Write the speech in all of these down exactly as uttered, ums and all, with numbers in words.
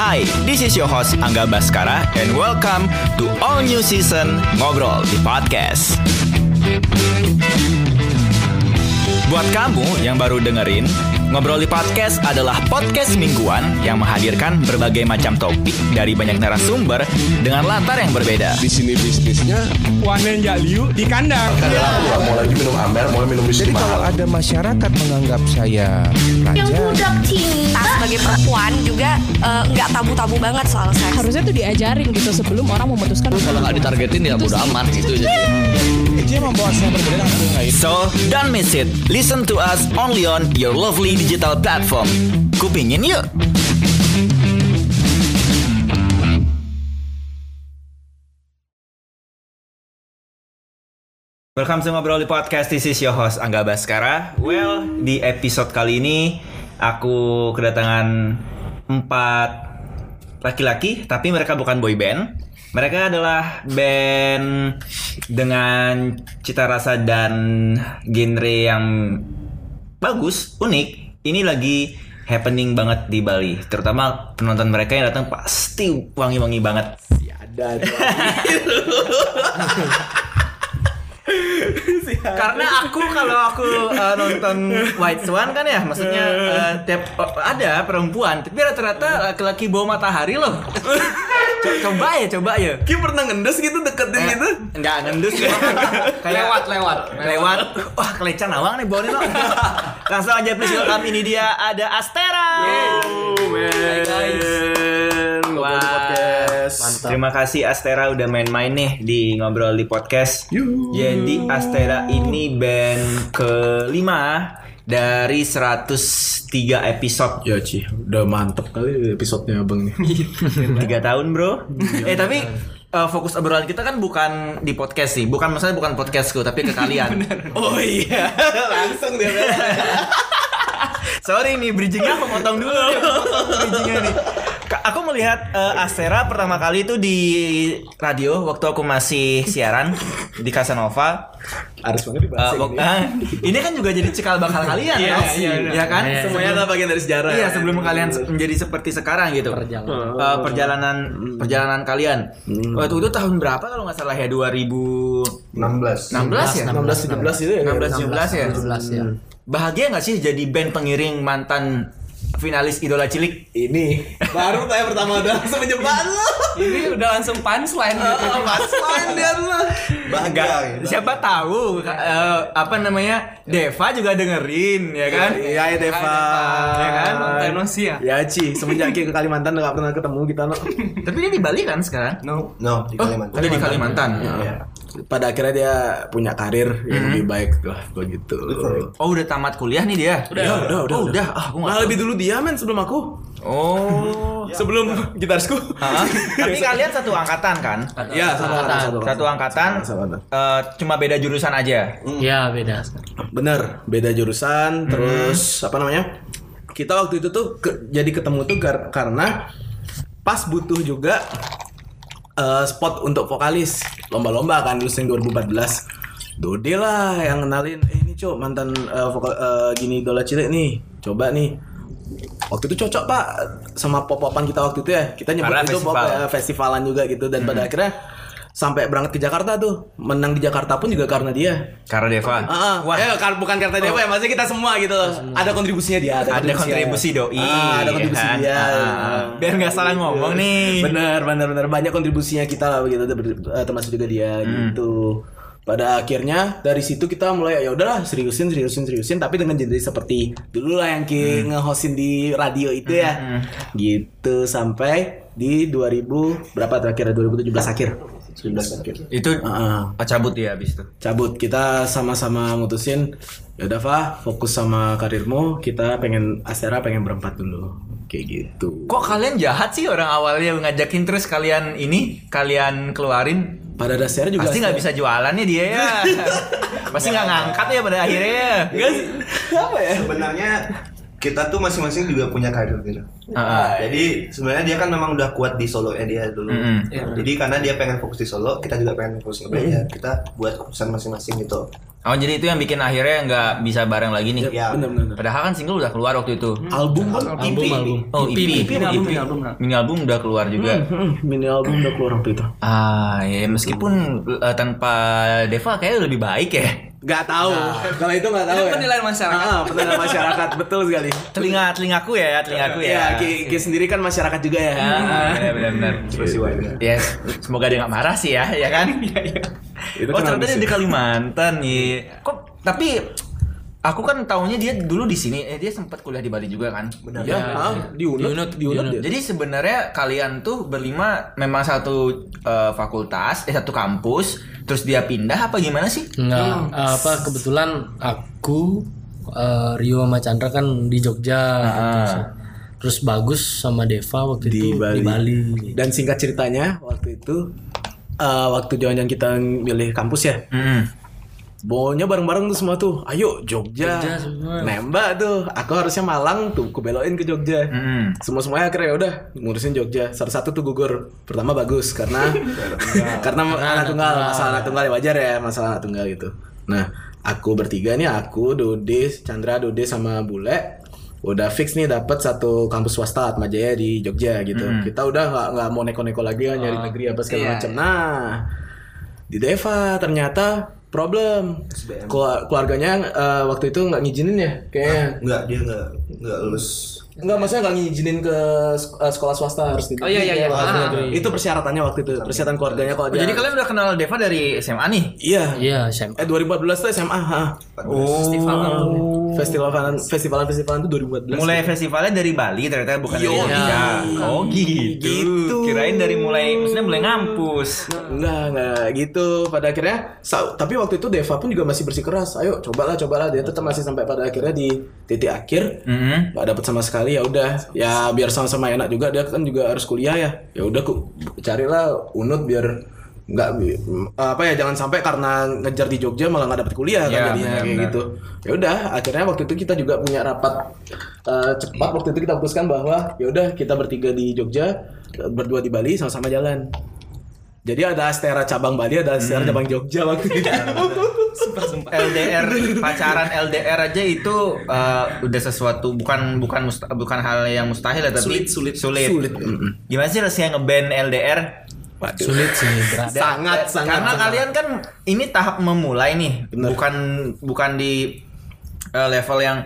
Hi, this is your host Angga Baskara and welcome to all new season Ngobrol di Podcast. Buat kamu yang baru dengerin, Ngobrol di Podcast adalah podcast mingguan yang menghadirkan berbagai macam topik dari banyak narasumber dengan latar yang berbeda. Di sini bisnisnya Wanen Jaliu di kandang. ya, mau lagi minum Amer, mau minum bisnis Jadi kalau ada masyarakat menganggap saya yang raja, budak cinta sebagai perempuan juga eh, nggak uh, tabu-tabu banget soal seks. Harusnya tuh diajarin gitu sebelum orang memutuskan. Kalau nggak ditargetin ya bodo amat gitu aja. itu yang membawa saya berbeda dengan yang lain. So, don't miss it. Listen to us only on your lovely digital platform. Kupingin yuk. Welcome to Ngobrol di Podcast. This is your host Angga Baskara. Well, di episode kali ini aku kedatangan empat laki-laki, tapi mereka bukan boy band. Mereka adalah band dengan cita rasa dan genre yang bagus, unik. Ini lagi happening banget di Bali. Terutama penonton mereka yang datang pasti wangi-wangi banget. ada. Karena aku kalau aku uh, nonton White Swan kan ya, maksudnya uh, tiap uh, ada perempuan, tapi rata-rata laki-laki bawa matahari loh. Coba ya, coba ya. Ki pernah ngendus gitu deketin Eh, gitu? Enggak ngendus ya. Kayak Lewat, lewat. lewat. Wah, kelecan awang nih bawanya no. Langsung aja please welcome, ini dia ada Astera. Hey guys. Ngobrol di podcast. Mantap. Terima kasih Astera udah main-main nih di Ngobrol di Podcast. Yuh. Jadi Astera ini band kelima dari seratus tiga episode. Ya Ci, udah mantep kali episodenya abang nih. tiga tahun bro. eh tapi uh, fokus obrolan kita kan bukan di podcast sih. Bukan, maksudnya bukan podcastku, tapi ke kalian. Oh iya, langsung dia. Sorry nih, bridgingnya aku potong dulu nih. Potong bridgingnya nih. Ka- Aku melihat uh, Astera pertama kali itu di radio waktu aku masih siaran di Casanova. Harus banget dibahas Uh, wak- ah, ini kan juga jadi cikal bakal kalian, Iya, no? iya, ya kan? Iya, Semuanya adalah bagian dari sejarah. Iya, sebelum kalian se- menjadi seperti sekarang gitu. Perjalanan. Uh, perjalanan perjalanan kalian. Waktu itu tahun berapa kalau nggak salah ya? dua ribu enam belas enam belas ya? enam belas tujuh belas itu ya. enam belas tujuh belas ya? tujuh belas ya. Bahagia nggak sih jadi band pengiring mantan finalis Idola Cilik? Ini Baru tanya pertama udah langsung menjebak lu. Ini udah langsung punchline gitu. Punchline dia lu. Enggak, siapa tahu uh, apa namanya, Deva juga dengerin ya kan? Iya ya Deva. Ya kan? Tenosia. Ya Ci, semenjak ke Kalimantan udah gak pernah ketemu kita no. Tapi dia di Bali kan sekarang? No, no di Oh, udah di Kalimantan. Iya. Pada akhirnya dia punya karir yang lebih baik lah begitu. Oh, udah tamat kuliah nih dia? Udah, udah, udah, Oh, udah. udah. Ah, aku nggak Nah, tahu. lebih dulu dia men sebelum aku. Oh. Sebelum gitarisku. Hah? Tapi kalian satu angkatan kan? Ya, satu angkatan. Satu angkatan. Satu angkatan. eh, cuma beda jurusan aja. Iya beda. Bener, beda jurusan. Terus apa namanya? Kita waktu itu tuh ke- jadi ketemu tuh gar- karena pas butuh juga eh, spot untuk vokalis lomba-lomba kan dulu yang dua ribu empat belas. Dode lah yang kenalin, eh ini cok mantan eh, vokal eh, gini Idola Cilik nih, coba nih. Waktu itu cocok pak sama pop-popan kita waktu itu ya. Kita nyebut Karena itu pop, festival. eh, festivalan juga gitu. Dan pada akhirnya sampai berangkat ke Jakarta tuh, menang di Jakarta pun juga karena dia. Karena Deva. Ah, Wah. eh, kar- bukan karena dia, ya, maksudnya kita semua gitu loh. Ada kontribusinya dia, ada, Ada kontribusi doi. Ah, ada kontribusi ya kan? dia. Ah, biar nggak salah ngomong nih. Bener, bener, bener. Banyak kontribusinya kita lah begitu, eh, termasuk juga dia Hmm. gitu. Pada akhirnya dari situ kita mulai ya udahlah seriusin, seriusin, seriusin. Tapi dengan genre seperti dulu lah yang ki Hmm. nge-hostin di radio itu ya, gitu sampai di dua ribu berapa terakhir? dua ribu tujuh belas akhir. tujuh belas akhir. Itu Ah. oh, cabut ya abis itu. Cabut, kita sama-sama mutusin ya udah Fa, fokus sama karirmu, kita pengen Astera pengen berempat dulu kayak gitu. Kok kalian jahat sih, orang awalnya ngajakin terus kalian ini kalian keluarin? Pada dasarnya juga Pasti nggak Astera- bisa jualan ya dia ya. Pasti nggak ngangkat ya pada akhirnya. apa ya? Sebenarnya kita tuh masing-masing juga punya karir gitu. Ah, Jadi sebenarnya dia kan memang udah kuat di solonya dia dulu. Mm-mm. Jadi karena dia pengen fokus di solo, kita juga pengen fokus ngeband ya. Kita buat urusan masing-masing gitu. Oh jadi itu yang bikin akhirnya nggak bisa bareng lagi nih. Ya, Bener-bener. Padahal kan single udah keluar waktu itu. Album kan Album album. Oh E P, E P, album, E P. album. Mini album udah keluar juga. Hmm, mini album udah keluar waktu itu. Ah ya meskipun uh, tanpa Deva kayaknya lebih baik ya. Gak tahu. Kalau itu gak tahu Itu ya. penilaian masyarakat. Ah, penilaian masyarakat betul sekali. Telinga telingaku ya, telingaku ya. Ya, Ki, Ki sendiri kan masyarakat juga ya. Ah, benar-benar. Terus warga. Ya, semoga dia nggak marah sih ya, ya kan? Itu Oh kan ternyata habis dia ya. di Kalimantan nih. Kok tapi aku kan taunya dia dulu di sini. Eh dia sempat kuliah di Bali juga kan? Benar. Ya, ah, di Unut, di Unut dia. Jadi sebenarnya kalian tuh berlima memang satu uh, fakultas, eh satu kampus, terus dia pindah apa gimana sih? Enggak, apa kebetulan aku eh, Rio sama Chandra kan di Jogja. gitu. Terus Bagus sama Deva waktu Di itu Bali. di Bali. Dan singkat ceritanya waktu itu eh, waktu jalan-jalan kita milih kampus ya. Mm. Bawanya bareng-bareng tuh semua tuh. Ayo Jogja. Jogja semua. Nembak tuh. Aku harusnya Malang tuh, aku belokin ke Jogja. Mm. Semua-semuanya akhirnya ya udah ngurusin Jogja. Satu-satu tuh gugur. Pertama Bagus karena karena anak tunggal, masalah anak tunggal ya wajar ya, masalah anak tunggal gitu. Nah, aku bertiga nih, aku, Dodis, Chandra, Dodis sama Bule udah fix nih dapat satu kampus swasta Atmajaya di Jogja gitu. Kita udah nggak nggak mau neko-neko lagi kan nyari negeri apa segala iya, macam. Nah, di Deva ternyata problem. Keluar- keluarganya eh, waktu itu nggak ngizinin ya kayaknya. Enggak, dia enggak enggak lulus. Enggak, maksudnya nggak ngizinin ke sek- eh, sekolah swasta harus di Oh, iya, iya, iya. harus di Ah. negeri. Itu persyaratannya waktu itu, persyaratan keluarganya kalau Oh, dia. jadi kalian udah kenal Deva dari S M A nih? Iya. Iya, S M A. Eh dua ribu empat belas tuh S M A. Ha. Oh. Festivalan festivalan festivalan tuh dua ribu empat belas. Mulai festivalnya dari Bali ternyata bukan dari Yo, Jogja. iya. Oh gitu. Gitu. Kirain dari mulai maksudnya mulai ngampus. Enggak, enggak gitu. Pada akhirnya, sa- tapi waktu itu Deva pun juga masih bersikeras. Ayo, cobalah, cobalah. Dia tetap masih sampai pada akhirnya di titik akhir. Mm-hmm. Nggak dapet sama sekali, ya udah. Ya biar sama-sama enak juga. Dia kan juga harus kuliah ya. Ya udah, ku carilah Unut biar nggak apa ya, jangan sampai karena ngejar di Jogja malah nggak dapet kuliah Ya, kan jadinya benar, kayak benar. gitu. Ya udah, akhirnya waktu itu kita juga punya rapat eh, cepat. Waktu itu kita putuskan bahwa ya udah kita bertiga di Jogja, berdua di Bali, sama-sama jalan. Jadi ada Astera cabang Bali, ada Astera cabang Jogja waktu itu. L D R pacaran L D R aja itu uh, udah sesuatu bukan bukan musta, bukan hal yang mustahil ya, tapi Sulit, sulit. sulit. Sulit. Gimana sih rasanya ngeband L D R? Sulit sih, berat. Sangat, sangat. Karena sangat. kalian kan ini tahap memulai nih, Bener. bukan bukan di uh, level yang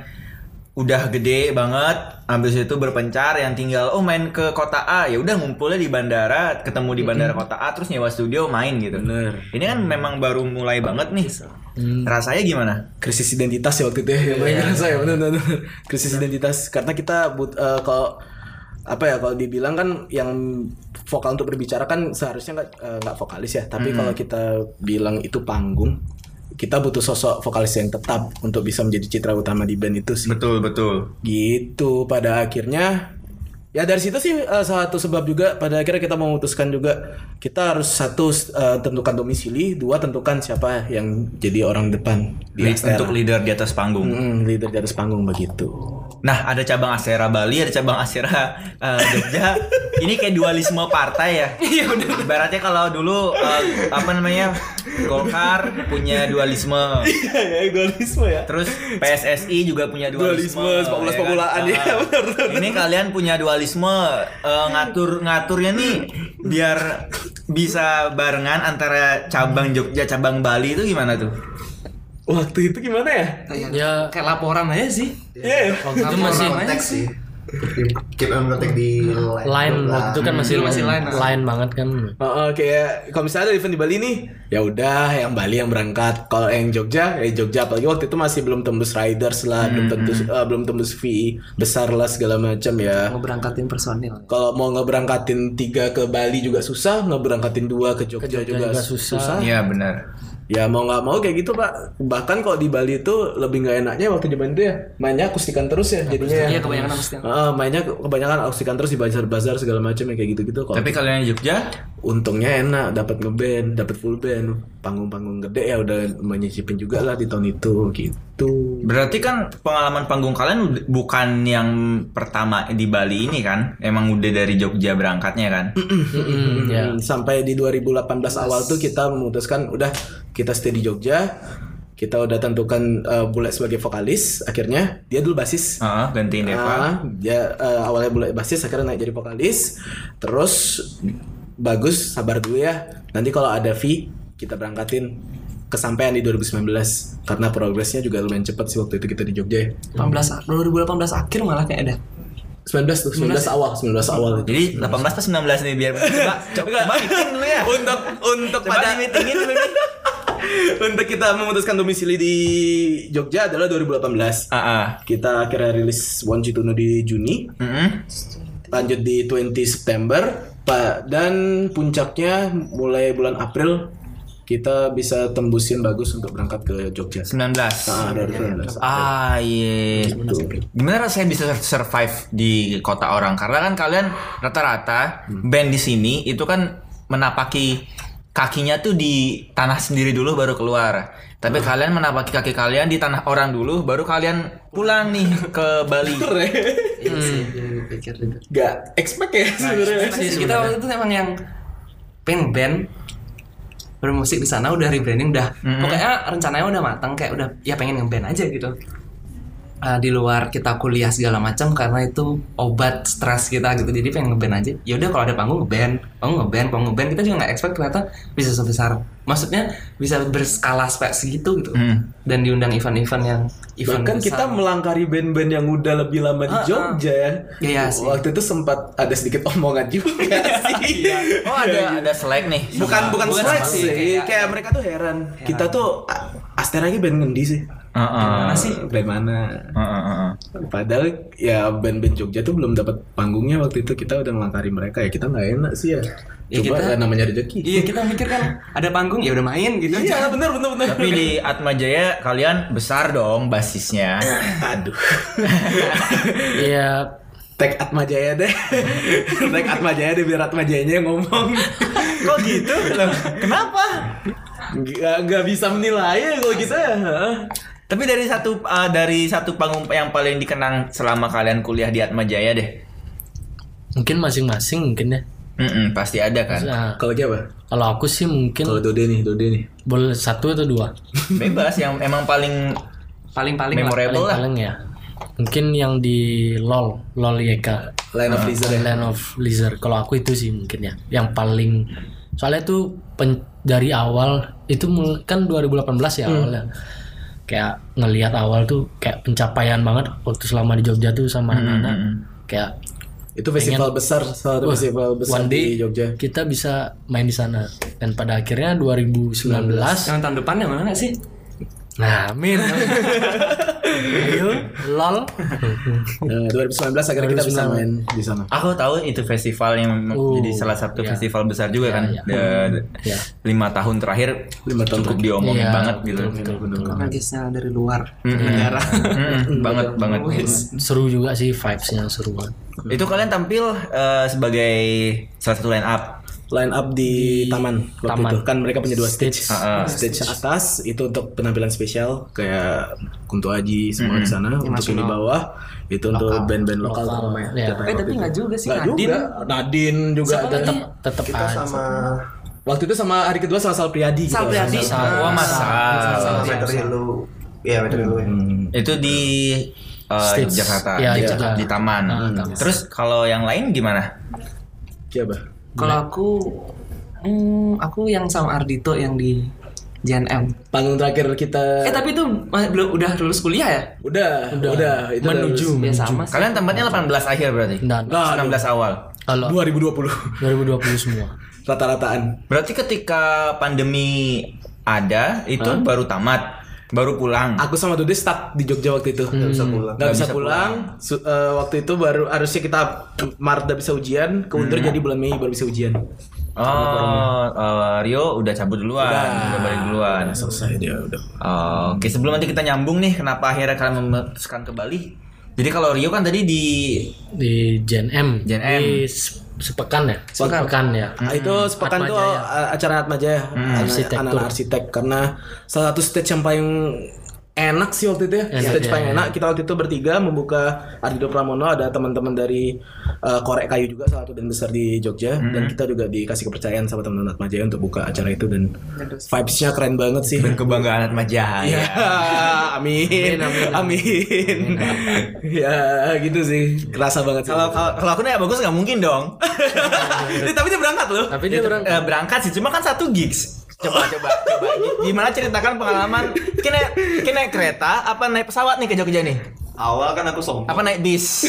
udah gede banget, habis itu berpencar yang tinggal oh main ke kota A, ya udah ngumpulnya di bandara, ketemu di bandara kota A, terus nyewa studio main gitu. Bener. Ini kan memang baru mulai banget nih. Rasanya gimana? Krisis identitas ya waktu itu ya. Banyak saya benar-benar krisis identitas karena kita but, eh, kalau apa ya, kalau dibilang kan yang vokal untuk berbicara kan seharusnya nggak eh, nggak vokalis ya, tapi kalau kita bilang itu panggung, kita butuh sosok vokalis yang tetap untuk bisa menjadi citra utama di band itu sih. Betul betul. Gitu. Pada akhirnya ya dari situ sih eh, salah satu sebab juga pada akhirnya kita memutuskan juga kita harus satu eh, tentukan domisili, dua tentukan siapa yang jadi orang depan di Astera. Untuk leader di atas panggung. Mm, leader di atas panggung begitu. Nah, ada cabang Astera Bali, ada cabang Astera uh, Jogja. Ini kayak dualisme partai ya. Iya udah. Ibaratnya kalau dulu uh, apa namanya Golkar punya dualisme. Iya ya, dualisme ya. Terus P S S I juga punya dualisme. Dualisme, sepak bola sepak bolaan ya, Ah. benar, benar. Ini kalian punya dualisme uh, ngatur ngaturnya nih biar bisa barengan antara cabang Jogja, cabang Bali itu gimana tuh? Waktu itu gimana ya? Ya Kayak laporan aja sih. Iya. waktu itu masih Kontak sih. Keep on kontak di line. line, waktu itu kan masih Dulu masih line, line, line banget kan. Oh, kayak kalau misalnya ada event di Bali nih, ya udah yang Bali yang berangkat. Kalau yang Jogja, ya Jogja. Apalagi waktu itu masih belum tembus riders lah, belum tembus eh, belum tembus fee besar lah segala macam ya. Mau berangkatin personil. Kalau mau ngeberangkatin tiga ke Bali juga susah, ngeberangkatin dua ke Jogja, Jogja juga, juga susah. susah. Iya benar. Ya mau nggak mau kayak gitu Pak. Bahkan kalau di Bali itu lebih nggak enaknya waktu zaman itu ya mainnya akustikan terus ya jadinya. Iya, kebanyakan akustikan. Heeh, mainnya kebanyakan akustikan terus di bazar-bazar segala macam ya kayak gitu-gitu. Kalau Tapi kalian yang Jogja untungnya enak, dapat ngeband, dapat full band, panggung-panggung gede ya udah menyisipin juga lah di tahun itu gitu. Gitu. Berarti kan pengalaman panggung kalian bukan yang pertama di Bali ini kan? Emang udah dari Jogja berangkatnya kan? Mm, ya. Hmm, Sampai di dua ribu delapan belas awal tuh kita memutuskan udah kita stay di Jogja. Kita udah tentukan uh, Bule sebagai vokalis. Akhirnya dia dulu basis. Heeh, gantiin Deva. Ah, dia uh, awalnya Bule basis, akhirnya naik jadi vokalis. Terus bagus, sabar dulu ya. Nanti kalau ada fee kita berangkatin. Kesampaian di dua ribu sembilan belas karena progresnya juga lumayan cepat sih waktu itu kita di Jogja ya. delapan belas dua ribu delapan belas akhir malah kayak ada. sembilan belas tuh, sembilan belas awal, sembilan belas awal. Jadi delapan belas atau sembilan belas nih biar coba coba coba hitung dulu ya. Untuk untuk Coba pada dihitung dulu nih. untuk kita memutuskan domisili di Jogja adalah dua ribu delapan belas. Ah, ah. Kita akhirnya rilis One Cituno di Juni, Mm-mm. lanjut di dua puluh September, Pak, dan puncaknya mulai bulan April kita bisa tembusin bagus untuk berangkat ke Jogja. sembilan belas. Nah, dari sembilan belas. Ah iya. Gimana rasanya bisa survive di kota orang? Karena kan kalian rata-rata band di sini itu kan menapaki kakinya tuh di tanah sendiri dulu baru keluar. Tapi kalian menapaki kaki kalian di tanah orang dulu baru kalian pulang nih ke Bali. Iya sih, jadi pikir juga. Gak expect ya sebenarnya. Kita waktu itu emang yang pengen band bermusik di sana, udah rebranding, udah pokoknya rencananya udah matang, kayak udah ya pengen ngeband aja gitu. Uh, di luar kita kuliah segala macam karena itu obat stres kita gitu, jadi pengen ngeband aja. Ya udah kalau ada panggung ngeband, panggung ngeband, panggung ngeband, kita juga nggak expect ternyata bisa sebesar, maksudnya bisa berskala sampai segitu gitu. Hmm. Dan diundang event-event yang event Bahkan besar. kita melangkari band-band yang udah lebih lama di Ah, ah. Jogja ya. Iya sih. Waktu itu sempat ada sedikit omongan juga sih. Oh ada ada slack nih. Bukan bukan Bukan slack sama sih, sih, kayak, kayak- mereka tuh heran. Kita tuh a- Astera lagi band ngendi sih? Heeh. Mana sih? Band mana? Heeh, heeh. Padahal ya band-band Jogja tuh belum dapat panggungnya waktu itu, kita udah melangkari mereka ya, kita nggak enak sih ya. Ya, Coba kita- ya, namanya rezeki. Iya, kita mikir kan ada panggung ya udah main gitu Iya, aja. bener bener bener. Tapi di Atma Jaya kalian besar dong basisnya. Aduh. Iya, Tag Atma Jaya deh. Tag Atma Jaya deh biar Atma Jayanya yang ngomong. Kok gitu? Loh, kenapa? Nggak nggak bisa menilai ya kalau gitu ya. Tapi dari satu uh, dari satu panggung yang paling dikenang selama kalian kuliah di Atma Jaya deh. mungkin masing-masing mungkin ya. Mm-mm, pasti ada kan. Nah, Kalau siapa? kalau aku sih mungkin Kalau Dode nih, Dode nih. boleh satu atau dua. Bebas yang emang paling Paling-paling lah. memorable lah. Paling-paling ya. Mungkin yang di LOL, LOL Y K. Line of Lizard ya. Land of Lizard. Kalau aku itu sih mungkin ya, yang paling, soalnya itu pen- dari awal itu mul- kan dua ribu delapan belas ya awalnya. Kayak ngelihat awal tuh kayak pencapaian banget waktu selama di Jogja tuh sama anak-anak. Kayak Itu festival besar, salah satu wah, festival besar one day di Jogja. kita bisa main di sana. Dan pada akhirnya dua ribu sembilan belas, Yang tahun depan yang mana sih? nah amin. Ayo LOL. Nah, dua ribu sembilan belas akhirnya kita bisa main di sana. Aku tahu itu festival yang Oh, jadi salah satu ya. festival besar juga Ya, kan. ya. Da- Ya. Lima tahun terakhir Lima tahun cukup terakhir. diomongin Iya, banget gitu. Karena guysnya dari luar Mm-mm. negara. Mm-mm, banget banget. Seru juga sih, vibes-nya seru banget. Itu kalian tampil eh, sebagai salah satu line up. Line up di, taman waktu taman. itu kan mereka punya dua stage. Stage. Ah, ah. Stage atas itu untuk penampilan spesial kayak Kunto Aji semua di sana. Untuk yang di bawah itu untuk band-band lokal, Lokal, terutama ya. ya. Jatah Eh waktu tapi itu. nggak juga sih Nggak Nadine. juga. Nadine juga ada. Tetap tetap Kita aja. sama Waktu itu sama hari kedua sama Sal Priadi. Sal gitu. Priadi. Sal. Wah, Masal. sama Meter Hello. Iya, Meter Hello. ya. Itu di eh, Stage. Jakarta, Ya, di, Jakarta. di taman. Ah, taman. Terus kalau yang lain gimana? Siapa? Kalau aku hmm, aku yang sama Ardito yang di J N M. Panggung terakhir kita Eh tapi itu ma- belum udah lulus kuliah ya? udah, udah, itu udah Menuju. lulus. Ya sama sih. Kalian tempatnya delapan belas akhir berarti? Dan sembilan belas awal. kalau dua ribu dua puluh dua ribu dua puluh semua. rata-rataan. Berarti ketika pandemi ada itu baru tamat, baru pulang. Aku sama Dode stuck di Jogja waktu itu. Nggak bisa pulang. Nggak bisa pulang. Su- eh, waktu itu baru harusnya kita Maret udah bisa ujian, keundur jadi bulan Mei baru bisa ujian. Oh, eh, Rio udah cabut duluan, udah, balik duluan. Udah selesai dia udah. Oh, oke, sebelum nanti kita nyambung nih, kenapa akhirnya kalian memutuskan ke Bali? Jadi kalau Rio kan tadi di Di J N M. J N M. Di se- sepekan ya? Sepekan ya. Ah, itu sepekan Atma tuh Jaya. uh, acara Atma Jaya, anak- Arsitektur. anak-anak arsitek, karena salah satu stage yang paling enak sih waktu itu ya. Enak, Stage ya, paling ya. enak. Kita waktu itu bertiga membuka Ardido Pramono, ada teman-teman dari uh, Korek Kayu juga, salah satu band besar di Jogja, Hmm. dan kita juga dikasih kepercayaan sama teman-teman Atma Jaya untuk buka acara itu, dan vibes-nya keren banget sih. Dan kebanggaan Atma Jaya. Ya, amin, amin, amin. Ya, gitu sih. Kerasa banget sih. Kalau kalau kalau aku nih bagus nggak mungkin dong. Eh, tapi dia berangkat loh. Tapi dia berangkat. Eh, berangkat sih, cuma kan satu gigs. Coba coba coba. Gimana ceritakan pengalaman? Kena kena kereta apa naik pesawat nih ke Jogja nih? Awal kan aku sombong. Apa naik bis?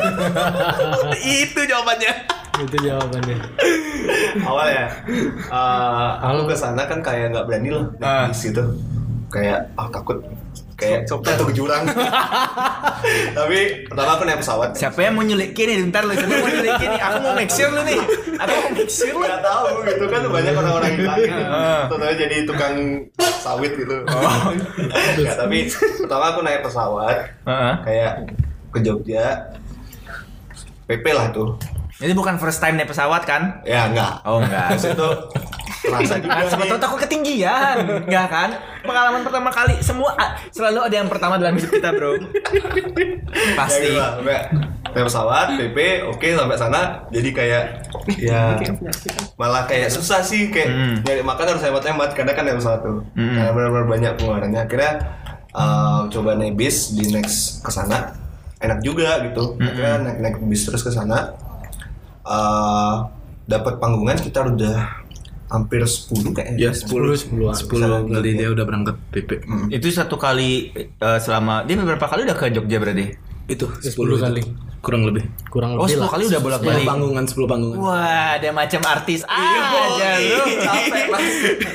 Itu jawabannya. Itu jawabannya. Awal ya. eh, aku Awal. ke sana kan kayak nggak berani loh Ah. naik bis gitu. Kayak ah takut kayak jatuh ke jurang. Tapi pertama aku naik pesawat. Siapa yang mau nyulikin nih? Bentar lu, siapa yang mau nyulikin nih? Aku mau make sure lu nih. Aku mau make sure lu. Nggak tahu gitu kan banyak orang-orang yang lain. Tentunya jadi tukang sawit gitu. Nggak, tapi pertama aku naik pesawat Heeh. kayak ke Jogja. P P lah tuh. Ini bukan first time naik pesawat kan? Ya enggak. Oh enggak. Terus itu terasa juga Ah, siapa nih. tahu takut ketinggian, enggak kan? Pengalaman pertama kali semua ah, selalu ada yang pertama dalam hidup kita, bro. Pasti. Ya, gitu lah. Sampai naik pesawat, P P, oke sampai sana. Jadi kayak ya malah kayak susah sih kayak Hmm. nyari makan harus hemat-hemat karena kan naik pesawat tuh. Hmm. Karena benar-benar banyak pengeluarannya. Akhirnya uh, coba naik bis di next ke sana. Enak juga gitu. Akhirnya naik naik bis terus ke sana. Uh, dapat panggungan kita udah hampir sepuluh kayaknya. Ya, sepuluh, sepuluh, sepuluh kali dia udah berangkat P P. Itu satu kali eh, selama dia beberapa kali udah ke Jogja berarti. Itu sepuluh kali. kurang lebih. Kurang Oh, lebih sepuluh lah. kali udah sepuluh bolak-balik. panggungan, sepuluh panggungan. Wah, ada macam artis aja lu. Capek mas.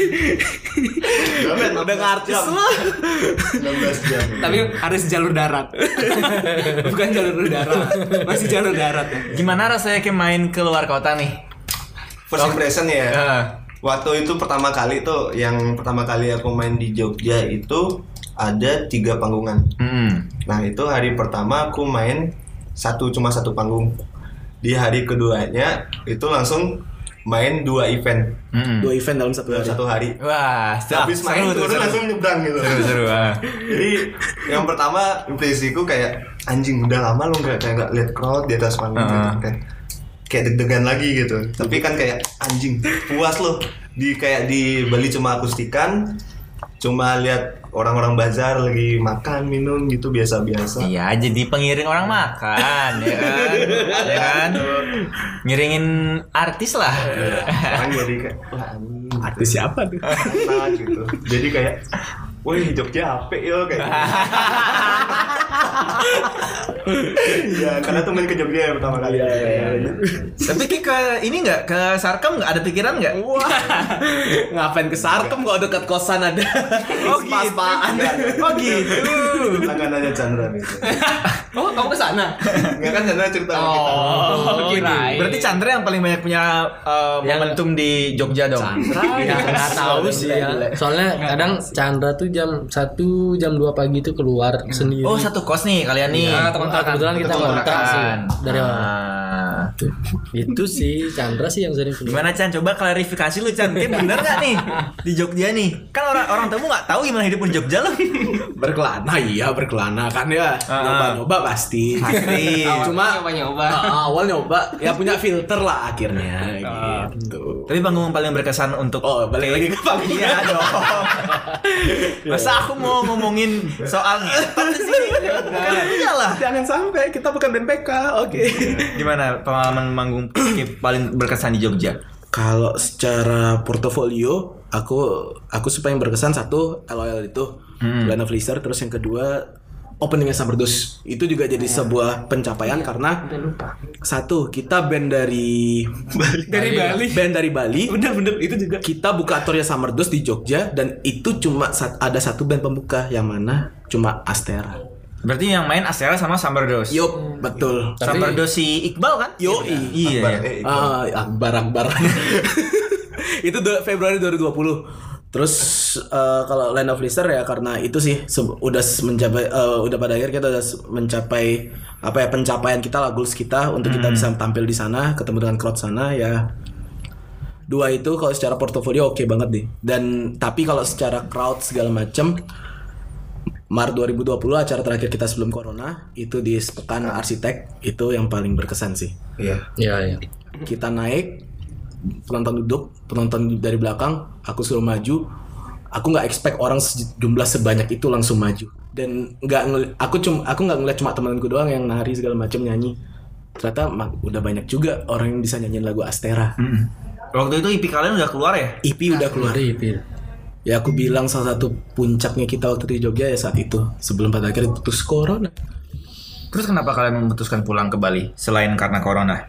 Udah ngartis lu. enam belas jam. Tapi harus jalur darat. Bukan jalur udara. Masih jalur darat ya. Gimana rasanya kayak main ke luar kota nih? First impression ya. Heeh. Waktu itu pertama kali tuh, yang pertama kali aku main di Jogja itu ada tiga panggungan. Hmm. Nah itu hari pertama aku main satu cuma satu panggung. Di hari keduanya itu langsung main dua event Hmm. Dua event dalam satu dalam hari. satu hari. Wah, Habis main seru tuh, turun seru. langsung nyebrang gitu. Seru-seru. ah. Jadi yang pertama impresiku kayak anjing udah lama lo nggak kayak nggak lihat crowd di atas panggung gitu. Uh-huh. Kayak kayak deg-degan lagi gitu. Tapi kan kayak anjing puas lo di kayak di Bali cuma akustikan, cuma lihat orang-orang bazar lagi makan minum gitu biasa-biasa. Iya, jadi pengiring orang makan, ya kan? Ya kan? Ngiringin artis lah. Kan jadi kayak wah anjing Artis siapa tuh? enak gitu. Jadi kayak wih Jogja apik yo kayak gitu. Iya, karena tuh main ke Jogja ya pertama kali. Tapi Ki, ke ini nggak ke Sarkem nggak ada pikiran nggak? Wah, ngapain ke Sarkem kalau dekat kosan ada? Oh gitu. Oh gitu. Langganannya Chandra gitu. Oh, kamu ke sana? Enggak kan Chandra cerita sama kita. Oh, kirain. Berarti Chandra yang paling banyak punya uh, momentum di Jogja dong. Ya, nggak tahu sih ya. Soalnya kadang Chandra tuh jam satu, jam dua pagi tuh keluar sendiri. Oh, satu kos nih kalian nih. Iya, Kontrak, kebetulan kita Kontrakan. kontrak sih dari awal. Ah. Itu sih Chandra sih yang sering keluar. Gimana Chan? Coba klarifikasi lu Chan. Kayak bener gak nih di Jogja nih? Kan orang orang tamu nggak tahu gimana hidup di Jogja loh. Berkelana, iya berkelana kan ya. Ah. Nyoba-nyoba pasti. Pasti. Cuma nyoba-nyoba. Ah, awal nyoba ya punya filter lah akhirnya gitu. Tapi panggung paling berkesan untuk Oh, balik lagi ke panggung. Iya dong. Masa aku mau ngomongin soal ngetot sih? Kan iyalah. Jangan sampai kita bukan band P K. Oke. Gimana pengalaman manggung paling berkesan di Jogja? Kalau secara portofolio, aku aku suka yang berkesan satu L O L itu, Hmm. Land of Leisure, terus yang kedua openingnya Summerdos. Itu juga jadi sebuah pencapaian karena satu kita band dari Dari Bali. band dari Bali. Bener-bener itu juga. Kita buka Atoria Summerdos di Jogja dan itu cuma sat- ada satu band pembuka yang mana cuma Astera. Berarti yang main Astera sama Summerdos. Yup, betul. Summerdos si Iqbal kan? Yoi. Iya. Akbar, iya. eh, itu. Ah, Akbar Akbar. Itu do- Februari dua ribu dua puluh. Terus eh, kalau Land of Leisure ya karena itu sih se- udah s- mencapai eh, udah pada akhir kita udah s- mencapai apa ya pencapaian kita lah, goals kita untuk kita bisa tampil di sana, ketemu dengan crowd sana ya. Dua itu kalau secara portofolio oke banget deh. Dan tapi kalau secara crowd segala macem Maret dua ribu dua puluh acara terakhir kita sebelum corona itu di Pekan Arsitek, itu yang paling berkesan sih. Iya. Iya, iya. Kita naik, penonton duduk, penonton dari belakang, aku suruh maju. Aku nggak expect orang sejumlah sebanyak itu langsung maju. Dan nggak ngel- aku cuma aku nggak ngeliat cuma temanku doang yang nari segala macam nyanyi. Ternyata ma- udah banyak juga orang yang bisa nyanyiin lagu Astera. Mm-mm. Waktu itu I P kalian udah keluar ya? I P udah keluar. Dari itu. Ya aku bilang salah satu puncaknya kita waktu di Jogja ya saat itu, sebelum pada akhirnya putus corona. Terus kenapa kalian memutuskan pulang ke Bali selain karena corona?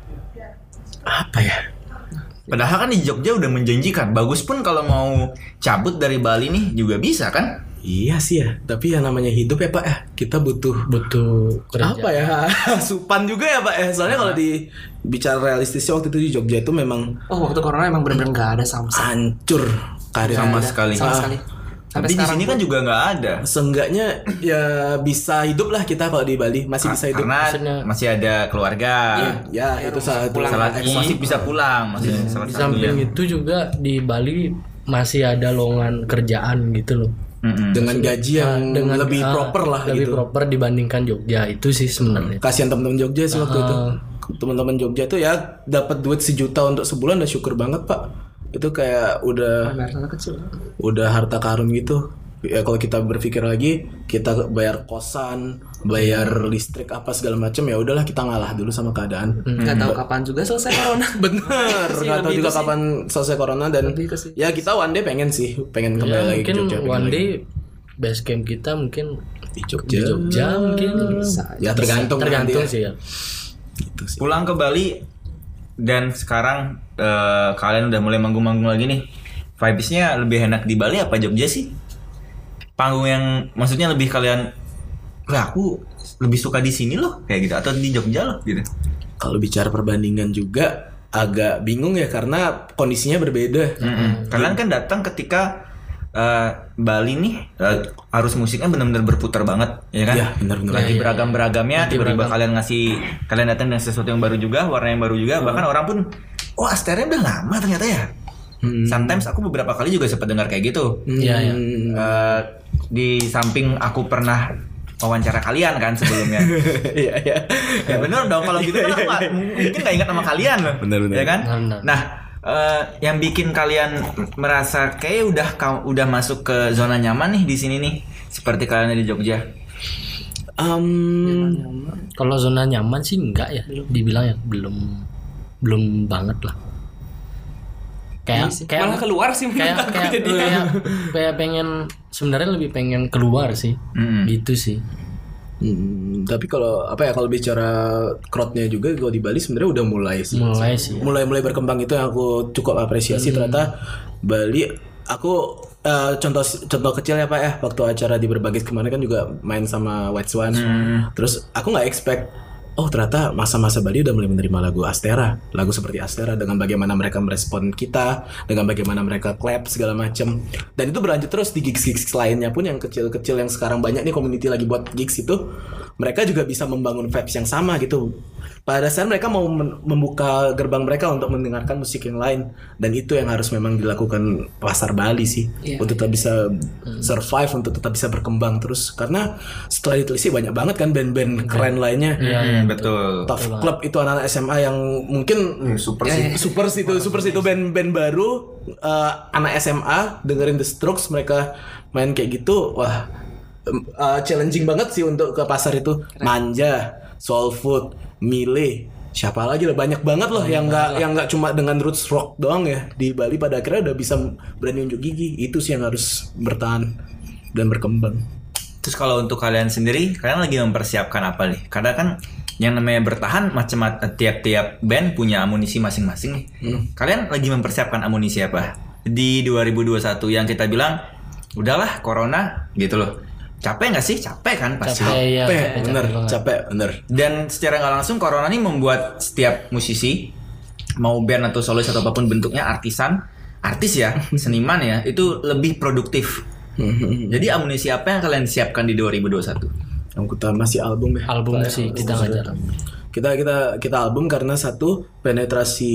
Apa ya? Padahal kan di Jogja udah menjanjikan. Bagus pun kalau mau cabut dari Bali nih juga bisa kan? Iya sih ya, tapi yang namanya hidup ya Pak ya, kita butuh Butuh kerja. apa ya? Supan juga ya Pak ya. Soalnya kalau di bicara realistisnya waktu itu di Jogja itu memang Oh, waktu corona emang bener-bener nggak ada sama sekali. hancur karir Sama Nggak ada, sekali. Sama Ah. sekali. Sampai Tapi di sekarang sini kan pun. juga nggak ada. Seenggaknya ya bisa hidup lah kita kalau di Bali masih bisa hidup. Karena Maksudnya- masih ada keluarga. Ya itu salah satu. Salah Eks- masih bisa pulang, masih salah Di satunya. samping itu juga di Bali masih ada lowongan kerjaan gitu loh. Mm-mm. dengan gaji yang Dengan lebih ah, proper lah lebih gitu. proper dibandingkan Jogja itu sih sebenarnya. Kasihan teman-teman Jogja sih waktu itu. Teman-teman Jogja tuh ya dapat duit sejuta untuk sebulan udah syukur banget Pak. Itu kayak udah Bayar kecil. udah harta karun gitu. Ya kalau kita berpikir lagi, kita bayar kosan, bayar listrik apa segala macam, ya udahlah kita ngalah dulu sama keadaan. Nggak tahu kapan juga selesai corona. Bener, Sih, nggak tahu lebih juga ke sih. kapan selesai corona dan Lebih ke sih. ya kita one day pengen sih, pengen kembali Ya, lagi mungkin ke Jogja. pengen one lagi. day base camp kita mungkin di Jogja. di Jogja mungkin Ya tergantung tergantung nanti ya. sih ya. Gitu sih. Pulang ke Bali dan sekarang eh, kalian udah mulai manggung-manggung lagi nih. Vibes-nya lebih enak di Bali apa Jogja sih? Panggung yang maksudnya lebih kalian, lah aku lebih suka di sini loh kayak gitu atau di Jogja loh gitu. Kalau bicara perbandingan juga agak bingung ya karena kondisinya berbeda. Mm-mm. Kalian kan datang ketika eh, Bali nih eh, arus musiknya benar-benar berputar banget, ya kan? Iya, benar-benar. Lagi beragam-beragamnya, Lagi tiba-tiba beragam. kalian ngasih, kalian datang dengan sesuatu yang baru juga, warna yang baru juga, bahkan orang pun, oh Astera udah lama ternyata ya. Hmm. Sometimes aku beberapa kali juga sempat dengar kayak gitu. Iya, iya. Eh, di samping aku pernah wawancara kalian kan sebelumnya. Iya iya. Ya bener dong kalau gitu kan aku nggak- mungkin nggak ingat sama kalian loh. Bener, bener. Ya kan? Bener. Nah, eh, yang bikin kalian merasa kayak udah kau- udah masuk ke zona nyaman nih di sini nih, seperti kalian di Jogja. Um, Kalau zona nyaman sih enggak ya, dibilang ya belum belum banget lah. Kayak Iya sih. kayak Malah keluar sih menurut kayak aku kayak, jadi. kayak kayak pengen sebenarnya lebih pengen keluar sih. Mm-mm. Gitu sih. hmm, tapi kalau apa ya kalau bicara crowdnya juga kalau di Bali sebenarnya udah mulai sih. Mulai sih. Mulai mulai berkembang itu yang aku cukup apresiasi ternyata Bali. Aku eh, contoh contoh kecil ya Pak ya waktu acara di Berbagis kemarin kan juga main sama White Swan. Terus aku nggak expect. Oh ternyata masa-masa Bali udah mulai menerima lagu Astera, lagu seperti Astera dengan bagaimana mereka merespon kita, dengan bagaimana mereka clap segala macam. Dan itu berlanjut terus di gigs-gigs lainnya pun yang kecil-kecil yang sekarang banyak nih community lagi buat gigs itu, mereka juga bisa membangun vibes yang sama gitu. Pada dasarnya mereka mau men- membuka gerbang mereka untuk mendengarkan musik yang lain dan itu yang harus memang dilakukan pasar Bali sih Iya. untuk tetap bisa survive, untuk tetap bisa berkembang terus karena setelah ditelisik banyak banget kan band-band keren lainnya. Hmm, betul. Tough Club itu anak-anak S M A yang mungkin super ya, sih. ya, super sih itu super sih itu band-band baru eh, anak S M A dengerin The Strokes mereka main kayak gitu wah em, eh, challenging banget sih untuk ke pasar itu. Manja, Soul Food, Mile, siapa lagi lah banyak banget loh yang nggak yang nggak cuma dengan roots rock doang ya di Bali pada akhirnya udah bisa berani unjuk gigi. Itu sih yang harus bertahan dan berkembang. Terus kalau untuk kalian sendiri, kalian lagi mempersiapkan apa nih? Karena kan yang namanya bertahan macam-macam tiap-tiap band punya amunisi masing-masing nih. Kalian lagi mempersiapkan amunisi apa? Di dua ribu dua puluh satu yang kita bilang udahlah corona gitu loh. Capek nggak sih? Capek kan pasti. Capek ya. Capek, capek, bener, capek banget. capek, bener. Dan secara nggak langsung corona ini membuat setiap musisi mau band atau solois atau apapun bentuknya artisan, artis ya, seniman ya, itu lebih produktif. Jadi amunisi apa yang kalian siapkan di dua ribu dua puluh satu? Yang utama sih album ya. Album sih kita ngajar. Kita kita kita album karena satu penetrasi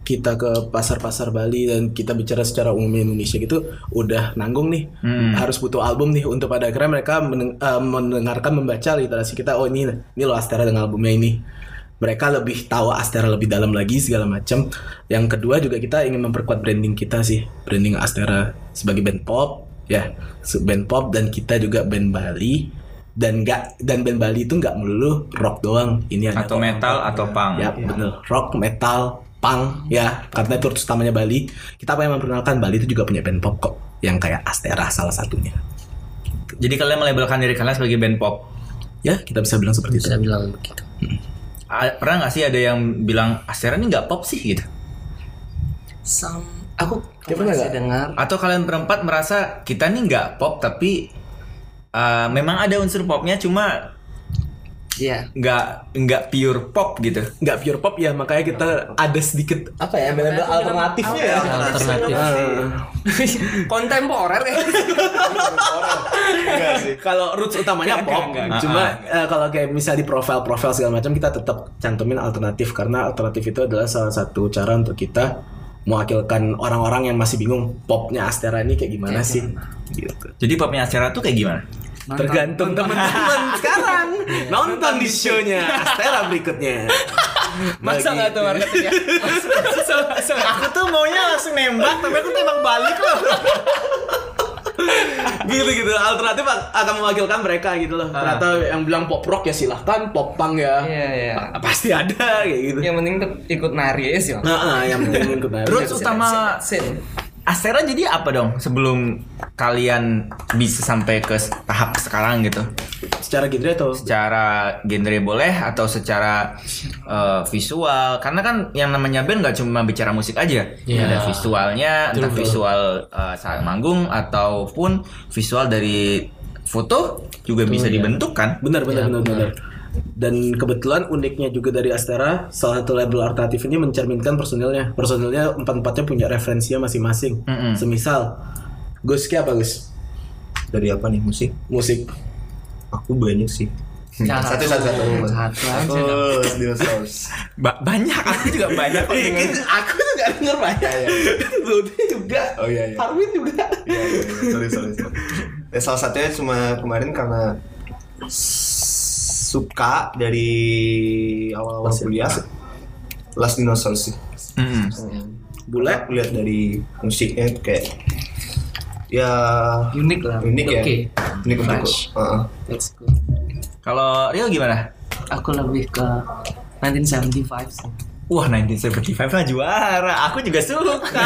kita ke pasar-pasar Bali dan kita bicara secara umum Indonesia gitu udah nanggung nih hmm. harus butuh album nih untuk pada akhirnya mereka meneng- uh, mendengarkan membaca literasi kita oh ini ini loh Astera dengan albumnya ini mereka lebih tahu Astera lebih dalam lagi segala macam. Yang kedua juga kita ingin memperkuat branding kita sih branding Astera sebagai band pop ya band pop dan kita juga band Bali dan nggak dan band Bali itu nggak melulu rock doang ini ada atau metal atau punk ya, ya. Bener rock metal punk ya karena itu utamanya Bali kita pengen memperkenalkan Bali itu juga punya band pop kok yang kayak Astera salah satunya. Jadi kalian melabelkan diri kalian sebagai band pop ya kita bisa bilang seperti bisa itu. bilang begitu. Hmm. Pernah nggak sih ada yang bilang Astera ini nggak pop sih gitu? Sam, aku Ya, pernah masih nggak? dengar. Atau kalian berempat merasa kita nih nggak pop tapi uh, memang ada unsur popnya cuma Iya. nggak nggak pure pop gitu. Nggak pure pop ya makanya kita ada sedikit apa ya band-band alternatifnya ya. Alternatif. Kontemporer ya. Enggak sih. Kalau roots utamanya pop, cuma uh, kalau kayak misal di profil-profil segala macam kita tetap cantumin alternatif karena alternatif itu adalah salah satu cara untuk kita mewakilkan orang-orang yang masih bingung popnya Astera ini kayak gimana sih gitu. Jadi popnya Astera tuh kayak gimana? Tergantung teman-teman sekarang nonton di show-nya Astera berikutnya. Masa nggak tuh marketingnya? Aku tuh maunya langsung nembak tapi aku tembak balik loh. Gitu-gitu alternatif akan mewakilkan mereka gitu loh. Ternyata yang bilang pop rock ya silahkan, pop punk ya Iya, iya. pasti ada kayak gitu. Yang penting tetap ikut nari ya sih. Nah, yang penting ikut nari. Roots utama Astera jadi apa dong sebelum kalian bisa sampai ke tahap sekarang gitu? Secara genre atau Secara genre boleh atau secara uh, visual? Karena kan yang namanya band nggak cuma bicara musik aja, Iya. ada visualnya, entah Betul. visual uh, saat manggung ataupun visual dari foto juga bisa iya. dibentuk kan? benar benar Ya, benar benar. benar. Dan kebetulan uniknya juga dari Astera, salah satu label alternatif ini mencerminkan personilnya. Personilnya empat-empatnya punya referensinya masing-masing. Mm-mm. Semisal Gus Ki apa Gus? Dari apa nih musik? Musik. Aku banyak sih. Satu satu satu. Satu Aku aja. dinosaurus. Ba- banyak, aku juga banyak kok denger. Aku juga denger banyak. Ludi juga. Oh iya iya. Harwin juga. Iya iya. iya. Sorry sorry sorry. Eh, salah satunya cuma kemarin karena suka dari awal-awal kuliah. Last Dinosaurus sih. Mm-mm. Bule. Aku lihat dari musiknya kayak ya Unik lah. unik ya. Oke. Unik untuk Fresh. Heeh. That's good. Kalau Rio gimana? Aku lebih ke nineteen seventy-five sih. Wah, nineteen seventy-five lah juara. Aku juga suka.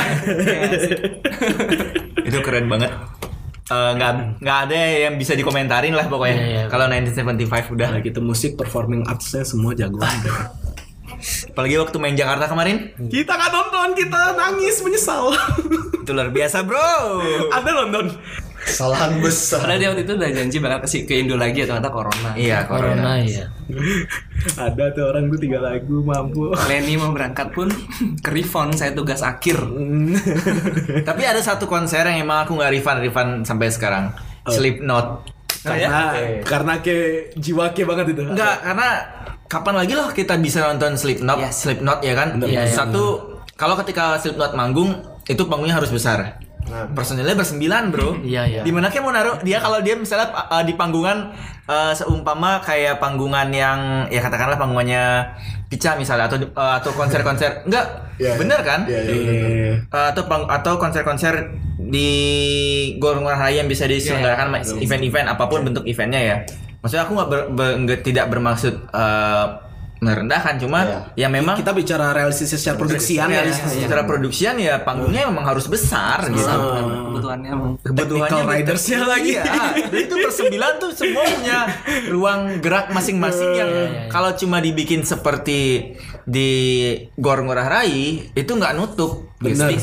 Itu keren banget. Eh, nggak nggak ada yang bisa dikomentarin lah pokoknya. Iya, iya. Kalau nineteen seventy-five udah. Nah, gitu musik performing artsnya semua jagoan. Apalagi waktu main Jakarta kemarin. Kita nggak nonton, kita nangis menyesal. Itu luar biasa, bro. Ada nonton. Kesalahan besar. Karena dia waktu itu udah janji bakal ke, ke Indo lagi ya ternyata corona. Iya, Corona corona. ya. Ada tuh orang tuh tiga lagu mampu. Lenny mau berangkat pun ke refund saya tugas akhir. Tapi ada satu konser yang emang aku nggak refund refund sampai sekarang. Slipknot. Karena karena ke jiwa ke banget itu. Enggak, karena kapan lagi loh kita bisa nonton Slipknot? Yes. Slipknot ya kan? Iya, iya. Satu, kalau ketika Slipknot manggung itu panggungnya harus besar. Personilnya bersembilan, bro. Iya, iya. Dimana kayak mau naruh dia kalau dia misalnya uh, di panggungan uh, seumpama kayak panggungan yang ya katakanlah panggungannya Pica misalnya atau uh, atau konser-konser enggak Iya, bener kan? Iya, iya, iya. Uh, atau pang- atau konser-konser di Gor Ngurah Rai yang bisa diselenggarakan Iya, event-event apapun bentuk eventnya ya. Maksudnya aku nggak ber- ber- nggak- tidak bermaksud uh, merendahkan, cuma ya memang Kita bicara realistis secara produksian ya. secara produksian ya panggungnya memang harus besar gitu. Kebutuhannya emang Kebutuhannya Technical ridersnya lagi. Iya. Dan itu persembilan tuh semua punya ruang gerak masing-masing yang kalau cuma dibikin seperti di Gor Ngurah Rai itu nggak nutup. Benar. Pasti sih.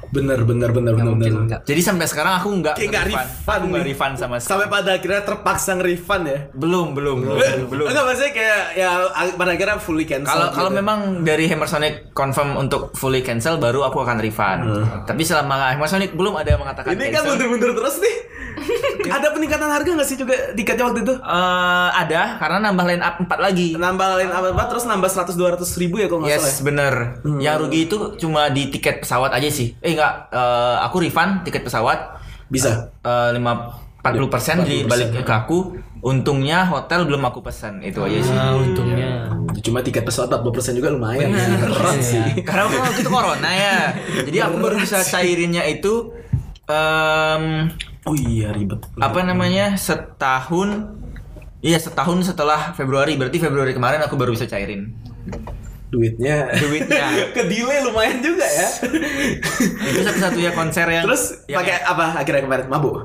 Bener bener bener Nggak bener. mungkin bener. enggak. Jadi sampai sekarang aku nggak Kayak nggak nge-refund. refund Aku nggak nih. refund sama sekali. Sampai pada akhirnya terpaksa nge-refund ya. Belum, belum, belum, belum. Enggak maksudnya kayak ya pada akhirnya fully cancel. Kalau kalau gitu. memang dari Hammersonic confirm untuk fully cancel baru aku akan refund. Tapi selama Hammersonic belum ada yang mengatakan ini kan cancel. mundur-mundur terus nih. Ada peningkatan harga nggak sih juga tiketnya waktu itu? Eh, ada karena nambah line up empat lagi. Nambah lain apa terus nambah seratus dua ratus ribu ya kalau nggak salah. Yes, bener. Yang rugi itu cuma di tiket pesawat aja sih. Eh enggak, eh, aku refund tiket pesawat Bisa. eh, lima empat puluh persen dibalik ke aku. Untungnya hotel belum aku pesan. Itu aja sih. Nah, untungnya. Cuma tiket pesawat empat puluh persen juga lumayan. Keren sih. Karena kan waktu itu corona ya. Jadi aku baru bisa cairinnya itu em, Oh iya ribet. apa namanya setahun. Iya setahun setelah Februari. Berarti Februari kemarin aku baru bisa cairin Duitnya. duitnya. Ke delay lumayan juga ya. Itu satu-satunya konser yang Terus yang- pakai apa akhirnya kemarin mabuk?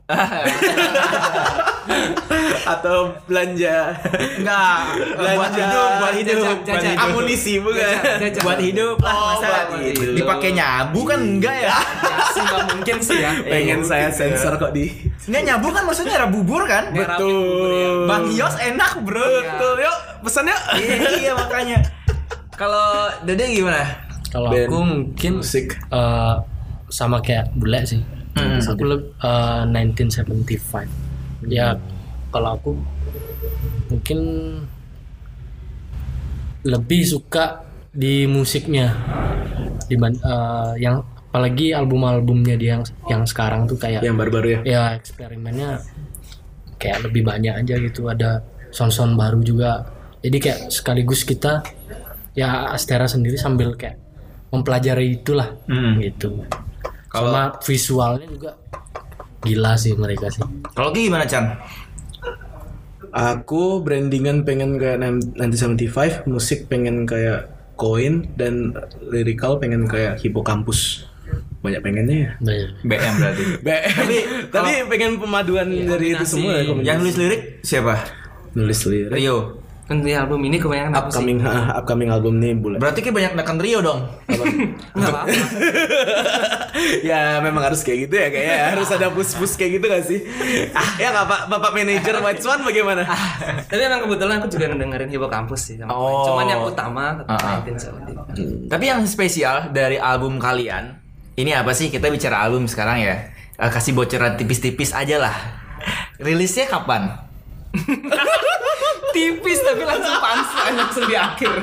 Atau belanja enggak belanja buat hidup, buat hidup, jajan, buat jajan. hidup. amunisi bukan? Buat hidup lah Oh, masa buat hidup. dipakai nyabu kan enggak ya? Ya sih nggak mungkin sih ya. Pengen saya sensor kok di. Enggak nyabu kan maksudnya era bubur kan? Merah bubur ya. Bang Yos enak bro. Betul yuk pesan yuk. Iya, iya makanya. Kalau Dede gimana? Kalau Band, aku mungkin musik. eh, sama kayak bule sih. Aku lebih nineteen seventy-five. Ya kalau aku mungkin lebih suka di musiknya diban eh, yang apalagi album-albumnya dia yang yang sekarang tuh kayak Yang baru-baru ya. ya eksperimennya kayak lebih banyak aja gitu, ada sound-sound baru juga. Jadi kayak sekaligus kita ya Astera sendiri sambil kayak mempelajari itulah Hmm. gitu. Kalau- Sama visualnya juga gila sih mereka sih. Kalau Ki gimana Chan? Aku brandingan pengen kayak nineteen seventy-five, musik pengen kayak Koin, dan lirikal pengen kayak Hippocampus. Banyak pengennya ya. Banyak. B M berarti. tapi tapi pengen pemaduan dari itu kombinasi. semua ya. kombinasi. Yang nulis lirik siapa? nulis lirik. Rio. Kan di album ini kebanyakan aku sih. Upcoming ha, upcoming album nih bulan. Berarti Ki banyak nekan Rio dong. Nggak apa-apa. Ya memang harus kayak gitu ya kayaknya ya. Harus ada push-push kayak gitu gak sih? Ah, ya nggak Pak, Bapak manajer White Swan bagaimana? Tapi emang kebetulan aku juga ngedengerin Hippocampus sih sama Oh. Cuman yang utama tetap Ah, ah. nineteen seventy-five. Tapi yang spesial dari album kalian ini apa sih? Kita bicara album sekarang ya. Eh, kasih bocoran tipis-tipis aja lah. Rilisnya kapan? Tipis tapi langsung punchline langsung di akhir.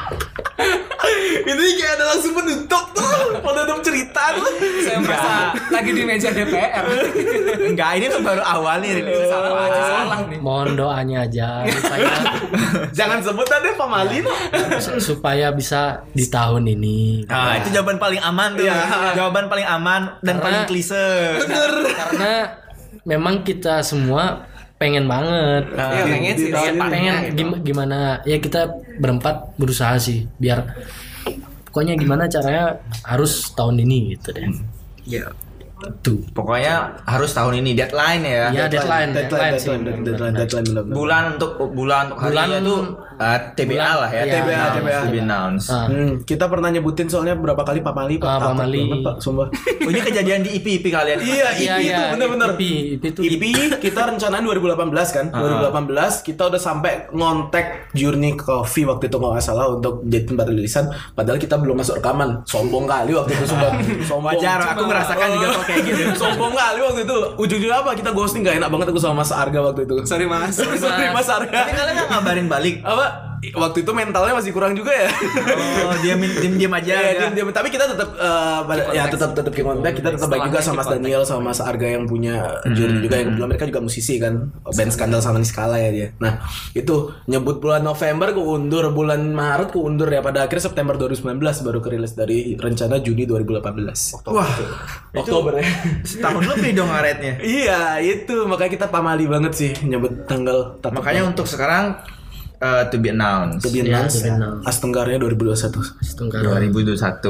Ini kayak ada langsung penutup tuh. Penutup cerita tuh. Saya merasa lagi di meja D P R. Enggak, ini tuh baru awal nih rilis. Salah aja salah nih. Mohon doanya aja supaya Jangan sebut ada Pamali no. supaya bisa di tahun ini. Nah, itu jawaban paling aman tuh. Iya. Jawaban paling aman dan Karena- paling klise. Karena memang kita semua pengen banget. Iya, pengen sih. pengen, Iya, pengen gitu. gim- gimana ya kita berempat berusaha sih biar pokoknya gimana caranya harus tahun ini gitu deh. Iya. Itu. Pokoknya harus tahun ini deadline ya. Ya deadline, Deadline, deadline, sih. deadline, deadline, deadline, benar-benar. Bulan untuk bulan untuk Bulan harinya tuh uh, T B A bulan- lah ya. iya, T B A, T B A. To be announced. Ah, Hmm, kita pernah nyebutin soalnya berapa kali Pak Mali Pak. Ah, Pak Takut Mali. banget, Pak, sumpah. Oh, ini kejadian di I P I P kalian. Iya, I P itu bener-bener. I P, I P itu I P kita rencanaan dua ribu delapan belas kan. dua ribu delapan belas kita udah sampai ngontek Journey Coffee waktu itu kalau nggak salah untuk jadi tempat rilisan. Padahal kita belum masuk rekaman. Sombong kali waktu itu sumpah. Sombong. Wajar, aku merasakan juga kok kayak gitu. Sombong kali waktu itu. Ujung-ujungnya apa? Kita ghosting, gak enak banget aku sama Mas Arga waktu itu. Sorry Mas. Sorry Mas Arga. Tapi kalian nggak ngabarin balik. Apa? Waktu itu mentalnya masih kurang juga ya. Oh, diam diam diam aja. Iya, ya. diam diam. Tapi kita tetap eh, pada- ya tetap tetap ke kontak. Kita tetap baik juga sama Mas Daniel sama Mas Arga yang punya Journey juga, yang kebetulan mereka juga musisi kan. Band Skandal sama Niskala ya dia. Nah, itu nyebut bulan November keundur, bulan Maret keundur ya, pada akhirnya September dua ribu sembilan belas baru kerilis dari rencana Juni dua ribu delapan belas. Wah, Oktober ya. setahun lebih dong ngaretnya. Iya, itu makanya kita pamali banget sih nyebut tanggal. Makanya untuk sekarang uh, to be announced. To be Iya, announced. to be announced. Astenggarnya dua ribu dua puluh satu. Setengah. dua ribu dua puluh satu.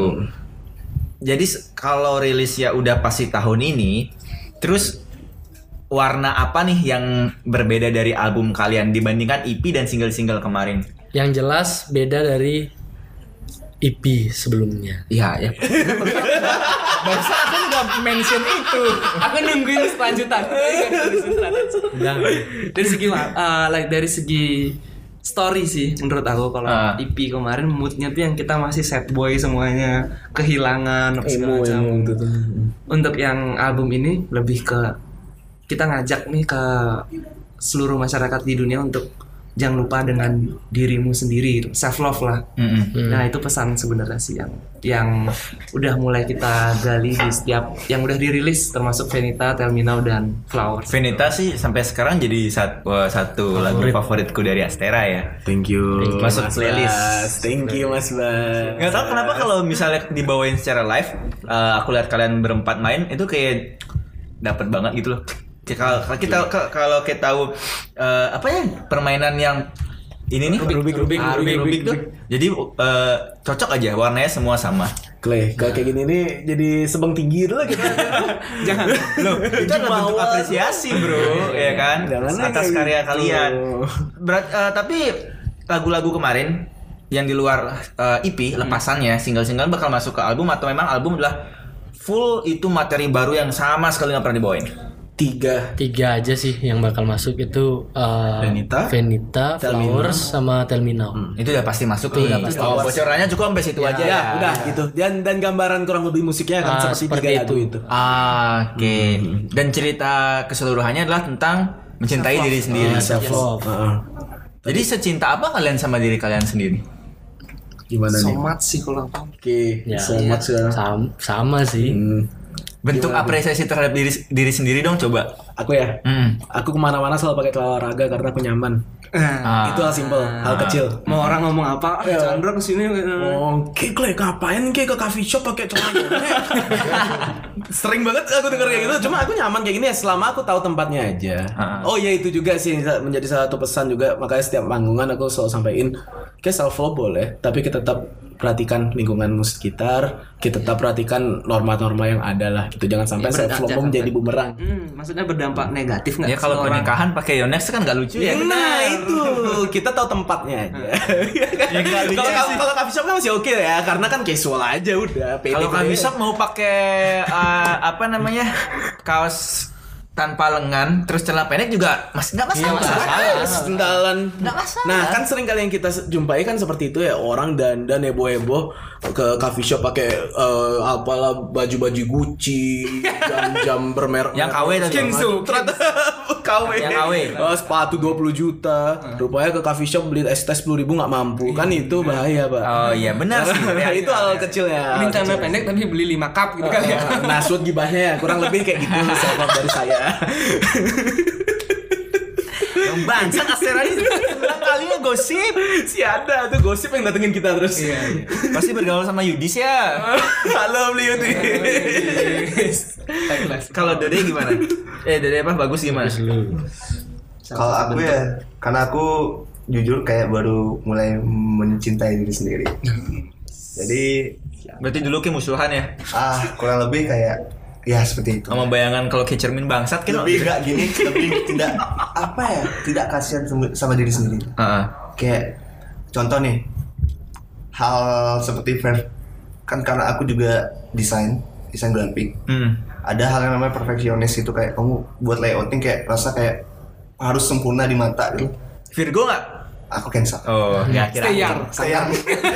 Jadi s- kalau rilis ya udah pasti tahun ini, terus warna apa nih yang berbeda dari album kalian dibandingkan E P dan single-single kemarin? Yang jelas beda dari I P sebelumnya. Iya, ya. Barusan aku nggak mention itu. Aku nungguin selanjutan. Udah. Dari segi uh, like dari segi story sih menurut aku kalau Ah. E P kemarin moodnya tuh yang kita masih sad boy semuanya, kehilangan apa segala macam. Untuk yang album ini lebih ke kita ngajak nih ke seluruh masyarakat di dunia untuk jangan lupa dengan dirimu sendiri, self love lah. Mm-mm. Nah itu pesan sebenarnya sih yang yang udah mulai kita gali di setiap yang udah dirilis termasuk Venita, Tell Me Now dan Flowers. Venita sih sampai sekarang jadi satu, satu lagu favoritku dari Astera ya. Thank you. Masuk Mas playlist. Bas. Thank you Mas Bas. Nggak tahu kenapa kalau misalnya dibawain secara live, eh, aku lihat kalian berempat main itu kayak dapat banget gitu loh. Kalau kita kalau kita tahu eh, apa ya permainan yang ini nih Rubik, Rubik, Ah, Rubik, Rubik, Rubik tuh jadi eh, cocok aja warnanya semua sama. Clay, kalau kayak gini nih jadi sebang tinggi itu lah kita. Jangan loh itu adalah bentuk apresiasi bro ya kan Jangan atas kayak karya gitu. kalian. Berat, eh, tapi lagu-lagu kemarin yang di luar eh, E P lepasannya single-single bakal masuk ke album atau memang album adalah full itu materi baru yang sama sekali nggak pernah dibawain. Tiga. Tiga aja sih yang bakal masuk itu uh, Venita, Venita, Tell Me Flowers sama Tell Me Now. Itu udah pasti masuk tuh. udah pasti. Oh, bocorannya cukup sampai situ aja Ya, ya. udah gitu. Dan dan gambaran kurang lebih musiknya kan Ah, seperti, seperti tiga lagu itu. itu. Ah, oke. Dan cerita keseluruhannya adalah tentang mencintai diri sendiri. Ah, self love. Heeh. Jadi secinta apa kalian sama diri kalian sendiri? Gimana nih? Somat sih kalau aku. Oke, Ya, so much ya. sama, sama sih. Hmm. Bentuk apresiasi terhadap diri diri sendiri dong coba. Aku ya, Hmm. aku kemana-mana selalu pakai celana olahraga karena aku nyaman. Ah. Itu hal simpel, hal kecil. Mau orang ngomong apa? Ah, Ya. Chandra kesini. Oh, Kek, Clay, ngapain Kek ke coffee shop pakai celana pendek? Sering banget aku denger kayak gitu. Cuma aku nyaman kayak gini ya selama aku tahu tempatnya aja. Ah. Oh iya itu juga sih menjadi salah satu pesan juga. Makanya setiap manggungan aku selalu sampaikan, kayak self love boleh, tapi kita tetap perhatikan lingkunganmu sekitar, kita tetap perhatikan norma-norma yang ada lah. Gitu jangan sampai Ya, self love jangan menjadi sampai. bumerang. Hmm, maksudnya berdampak negatif nggak? Ya kalau ke orang? pernikahan pakai Yonex kan nggak lucu ya. Nah itu kita tahu tempatnya aja. Ya, nggak lucu Kalau sih. kalau coffee shop kan masih oke ya, karena kan casual aja udah. pede Kalau pede. kami shop mau pakai eh, apa namanya kaos tanpa lengan terus celana pendek juga mas nggak masalah. Ah, sendalan. Nggak masalah. Nah, kan sering kali yang kita jumpai kan seperti itu ya, orang dandan heboh-heboh ke coffee shop pakai eh, apalah baju-baju Gucci, jam-jam bermerek. Yang K W tadi. Kenzo. Ternyata K W. Yang K W. Oh, sepatu dua puluh juta. Rupanya ke coffee shop beli es teh sepuluh ribu nggak mampu. Kan itu bahaya, Pak. Oh iya benar sih. itu hal kecilnya. Ini celana pendek tapi beli lima cup gitu kali ya. Nah, shoot gibahnya ya, kurang lebih kayak gitu sahabat dari saya. Yang bangsat Astera ini ulang kalinya gosip. Si ada tuh gosip yang datengin kita terus. Pasti bergaul sama Yudis ya. Halo beli Yudi. Kalau Dode gimana? Eh Dode apa bagus gimana? Kalau aku ya, karena aku jujur kayak baru mulai mencintai diri sendiri. Jadi Berarti dulu kayak musuhan ya? ah kurang lebih kayak ya seperti itu. Sama bayangan kalau kayak cermin bangsat kan? Lebih enggak gini, lebih tidak apa ya, tidak kasihan sama, sama diri sendiri. Heeh. Kayak contoh nih, hal seperti ver- kan karena aku juga desain, desain grafik. Hmm. Ada hal yang namanya perfeksionis itu kayak kamu buat layouting kayak rasa kayak harus sempurna di mata gitu. Virgo nggak? Aku Cancer. Oh, ya kira. Stay young. Sayang.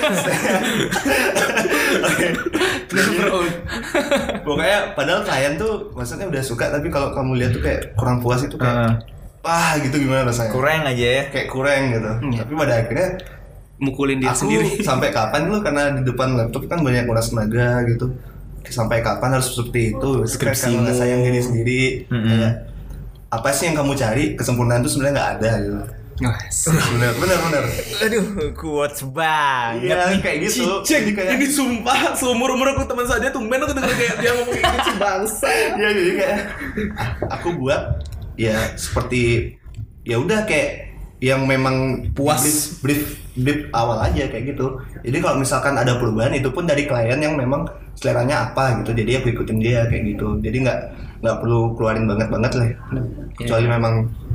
Pokoknya padahal klien tuh maksudnya udah suka tapi kalau kamu lihat tuh kayak kurang puas itu kayak Heeh. wah gitu gimana rasanya? Kurang aja ya. Kayak kurang gitu. Tapi pada akhirnya Mukulin diri aku sendiri. sampai kapan lu karena di depan laptop kan banyak nguras tenaga gitu. Sampai kapan harus seperti itu? Karena nggak sayang diri sendiri. Mm-mm. Kayak apa sih yang kamu cari? Kesempurnaan itu sebenarnya nggak ada gitu. Bener bener bener. Aduh, kuat banget. Iya kayak gitu. Jadi kayak Ini sumpah seumur umur aku teman saya tumben aku denger kayak dia ngomong kayak gitu si bangsa. ya jadi kayak ah, aku buat ya seperti ya udah kayak yang memang Puas. brief, brief brief awal aja kayak gitu. Jadi kalau misalkan ada perubahan itu pun dari klien yang memang seleranya apa gitu. Jadi aku ikutin dia kayak gitu. Jadi nggak nggak perlu keluarin banget banget lah. Kecuali memang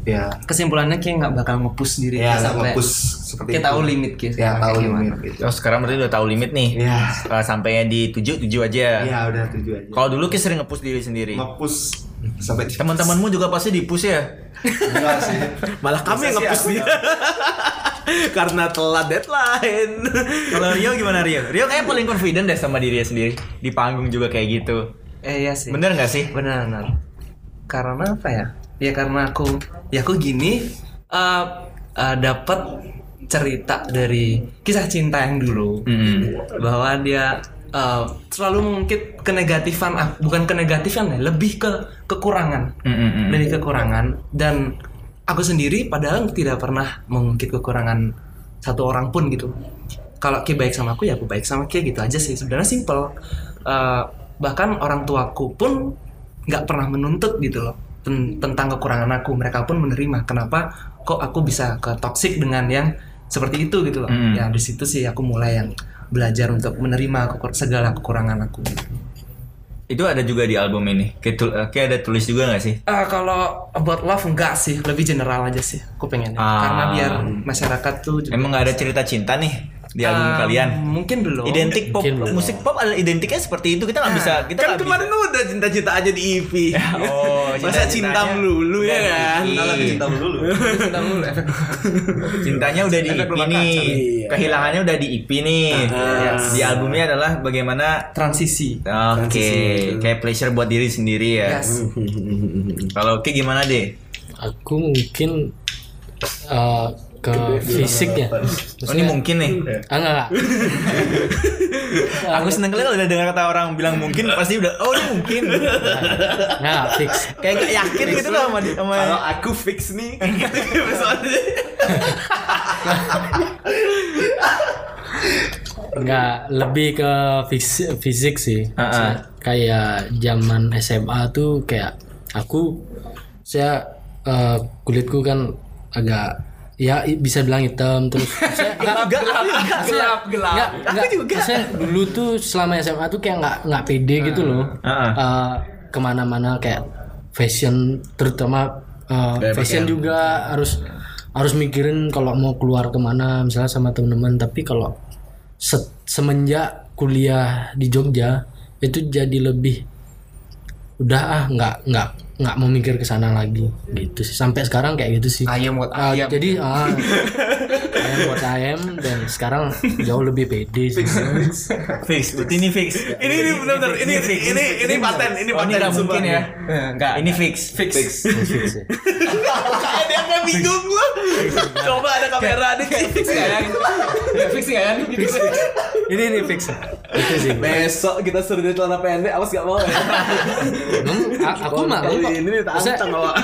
Ya. Kesimpulannya kayak nggak bakal nge-push diri Ya, kita nggak sampai nge-push seperti kita itu. tahu limit kita. Ya, tahu kayak gimana. limit gitu. Oh sekarang berarti udah tahu limit nih. Iya. Uh, sampainya di tujuh tujuh aja. Iya, udah tujuh aja. Kalau dulu Ki sering nge-push diri sendiri. Nge-push sampai Teman-temanmu juga pasti di-push ya. enggak sih. Malah kami yang Bisa sih nge-push aku dia. Karena telat deadline. Kalau Rio gimana Rio? Rio kayak paling confident deh sama dirinya sendiri. Di panggung juga kayak gitu. Eh iya sih. Bener nggak sih? Benar, benar. Karena apa ya? Ya karena aku, ya aku gini uh, uh, dapat cerita dari kisah cinta yang dulu, Mm-hmm. bahwa dia uh, selalu mengungkit kenegatifan, ah, bukan kenegatifan ya, lebih ke kekurangan, Mm-hmm. dari kekurangan. Dan aku sendiri padahal tidak pernah mengungkit kekurangan satu orang pun gitu. Kalau Ki baik sama aku ya aku baik sama Ki, gitu aja sih. Sebenarnya simple. Uh, bahkan orang tuaku pun nggak pernah menuntut gitu loh ten- tentang kekurangan aku. Mereka pun menerima. Kenapa kok aku bisa ke toxic dengan yang seperti itu gitu loh. Mm. Ya di situ sih aku mulai yang belajar untuk menerima kekur- segala kekurangan aku. Itu ada juga di album ini. Kayak, tul- kayak ada tulis juga nggak sih? Ah, kalau about love enggak sih, lebih general aja sih. Aku pengennya. Ah. Karena biar masyarakat tuh juga Emang nggak ada cerita cinta nih di album Ah, kalian? Mungkin belum. Identik pop, Mungkin belum. musik pop ada identiknya seperti itu. Kita nggak bisa. Kita Kan nggak kemarin bisa. udah cinta-cinta aja di E P. Oh, Masa cinta cinta-cintanya melulu ya udah kan? di E P. Kalau cinta dulu. Cinta mulu, efek. Cintanya udah di E Efek P rumah nih. kaca. Iya. Kehilangannya udah di E P nih. Yes. Di albumnya adalah bagaimana. Transisi. Oke, Transisi. kayak pleasure buat diri sendiri ya. Yes. Kalau Ki gimana deh? Aku mungkin uh, ke fisiknya. Oh, ini mungkin nih. Ah enggak, enggak. Aku seneng kali kalau udah dengar kata orang bilang mungkin pasti udah oh ini mungkin. Enggak, fix. Kayak gak yakin gitu loh sama di- sama Kalau aku fix nih gitu episode. Enggak, lebih ke fisik, fisik sih. Uh-uh. Kayak zaman S M A tuh kayak aku saya eh, kulitku kan agak ya i- bisa bilang hitam terus saya enggak Enggak, aku juga. Gelap, gelap. Enggak, enggak, maksudnya dulu tuh selama S M A tuh kayak nggak nggak pede gitu loh. Uh-uh. Eh, kemana-mana kayak fashion, terutama eh, Kayak fashion pakaian. juga harus harus mikirin kalau mau keluar kemana misalnya sama teman-teman. Tapi kalau se- semenjak kuliah di Jogja itu jadi lebih udah ah nggak nggak nggak mau mikir ke sana lagi gitu sih. Sampai sekarang kayak gitu sih. Ayam buat Ah, ayam. jadi ah, ayam buat ayam dan sekarang jauh lebih pede sih. Fix, ini fix. Ini ini benar-benar ini fix. ini ini paten, ini Oh, ini paten nggak mungkin ya. Enggak. Ini fix. Fix. Fix sih. Kayak dia kayak bingung gua. Coba ada kamera nih. Fix enggak ya? Enggak fix enggak ya? Fix. Ini ini fix. Itu sih. Besok kita suruh dia celana pendek, awas gak mau ya. Emang a- aku malu kok. Ini Maksudnya- tantang awak.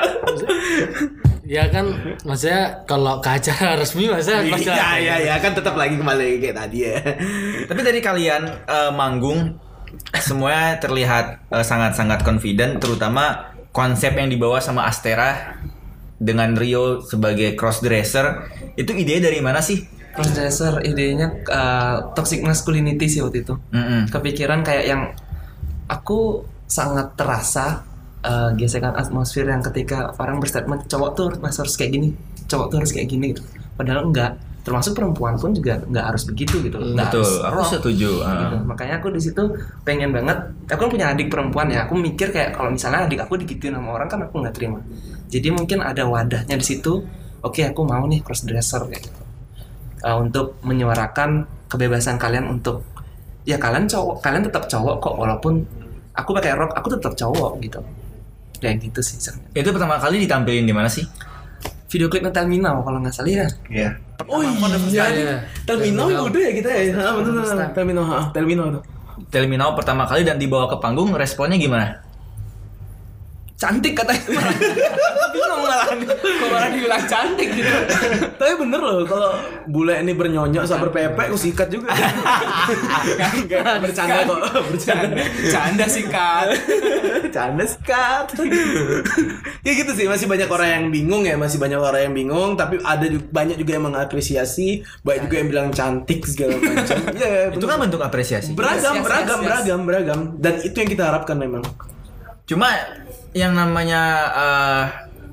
Ya kan, maksudnya kalau ke acara resmi masa pas Iya iya iya kan tetap lagi kembali kayak tadi ya. Tapi dari kalian eh, manggung semuanya terlihat eh, sangat-sangat confident, terutama konsep yang dibawa sama Astera dengan Rio sebagai crossdresser. Itu idenya dari mana sih? Crossdresser idenya uh, toxic masculinity sih waktu itu. Mm-mm. Kepikiran kayak yang aku sangat terasa uh, gesekan atmosfer yang ketika orang berstatement cowok tuh harus kayak gini, cowok tuh harus kayak gini gitu. Padahal enggak. Termasuk perempuan pun juga nggak harus begitu gitu. Nggak Betul, harus aku rock. setuju. Gitu. Ah. Makanya aku di situ pengen banget. Aku kan punya adik perempuan ya. Aku mikir kayak kalau misalnya adik aku digituin sama orang kan aku nggak terima. Jadi mungkin ada wadahnya di situ. Oke, aku mau nih crossdresser kayak gitu. Uh, untuk menyuarakan kebebasan kalian untuk ya kalian cowok, kalian tetap cowok kok walaupun aku pakai rok, aku tetap cowok gitu. Kayak gitu sih sebenarnya. Itu pertama kali ditampilin di mana sih? Video klipnya Tell Me Now kalau nggak salah ya. Iya. Oh iya. Iya. Terminal udah ya kita ya. Ha betul betul. Terminal ha terminal tuh. Tell Me Now pertama kali dan dibawa ke panggung, responnya gimana? Cantik katanya. Bingung malah. Kok malah dibilang cantik gitu. Tapi bener loh kalau bule ini bernyonyok sama berpepek aku sikat juga. Enggak bercanda kok, bercanda. Canda sih Kak. Bercanda sikat. Ya gitu sih, masih banyak orang yang bingung ya, masih banyak orang yang bingung, tapi ada juga, banyak juga yang mengapresiasi, banyak juga yang bilang cantik segala macam. Ya, Itu kan bentuk apresiasi. beragam, Yes, yes, beragam, yes, yes. beragam, beragam, dan itu yang kita harapkan memang. Cuma yang namanya uh,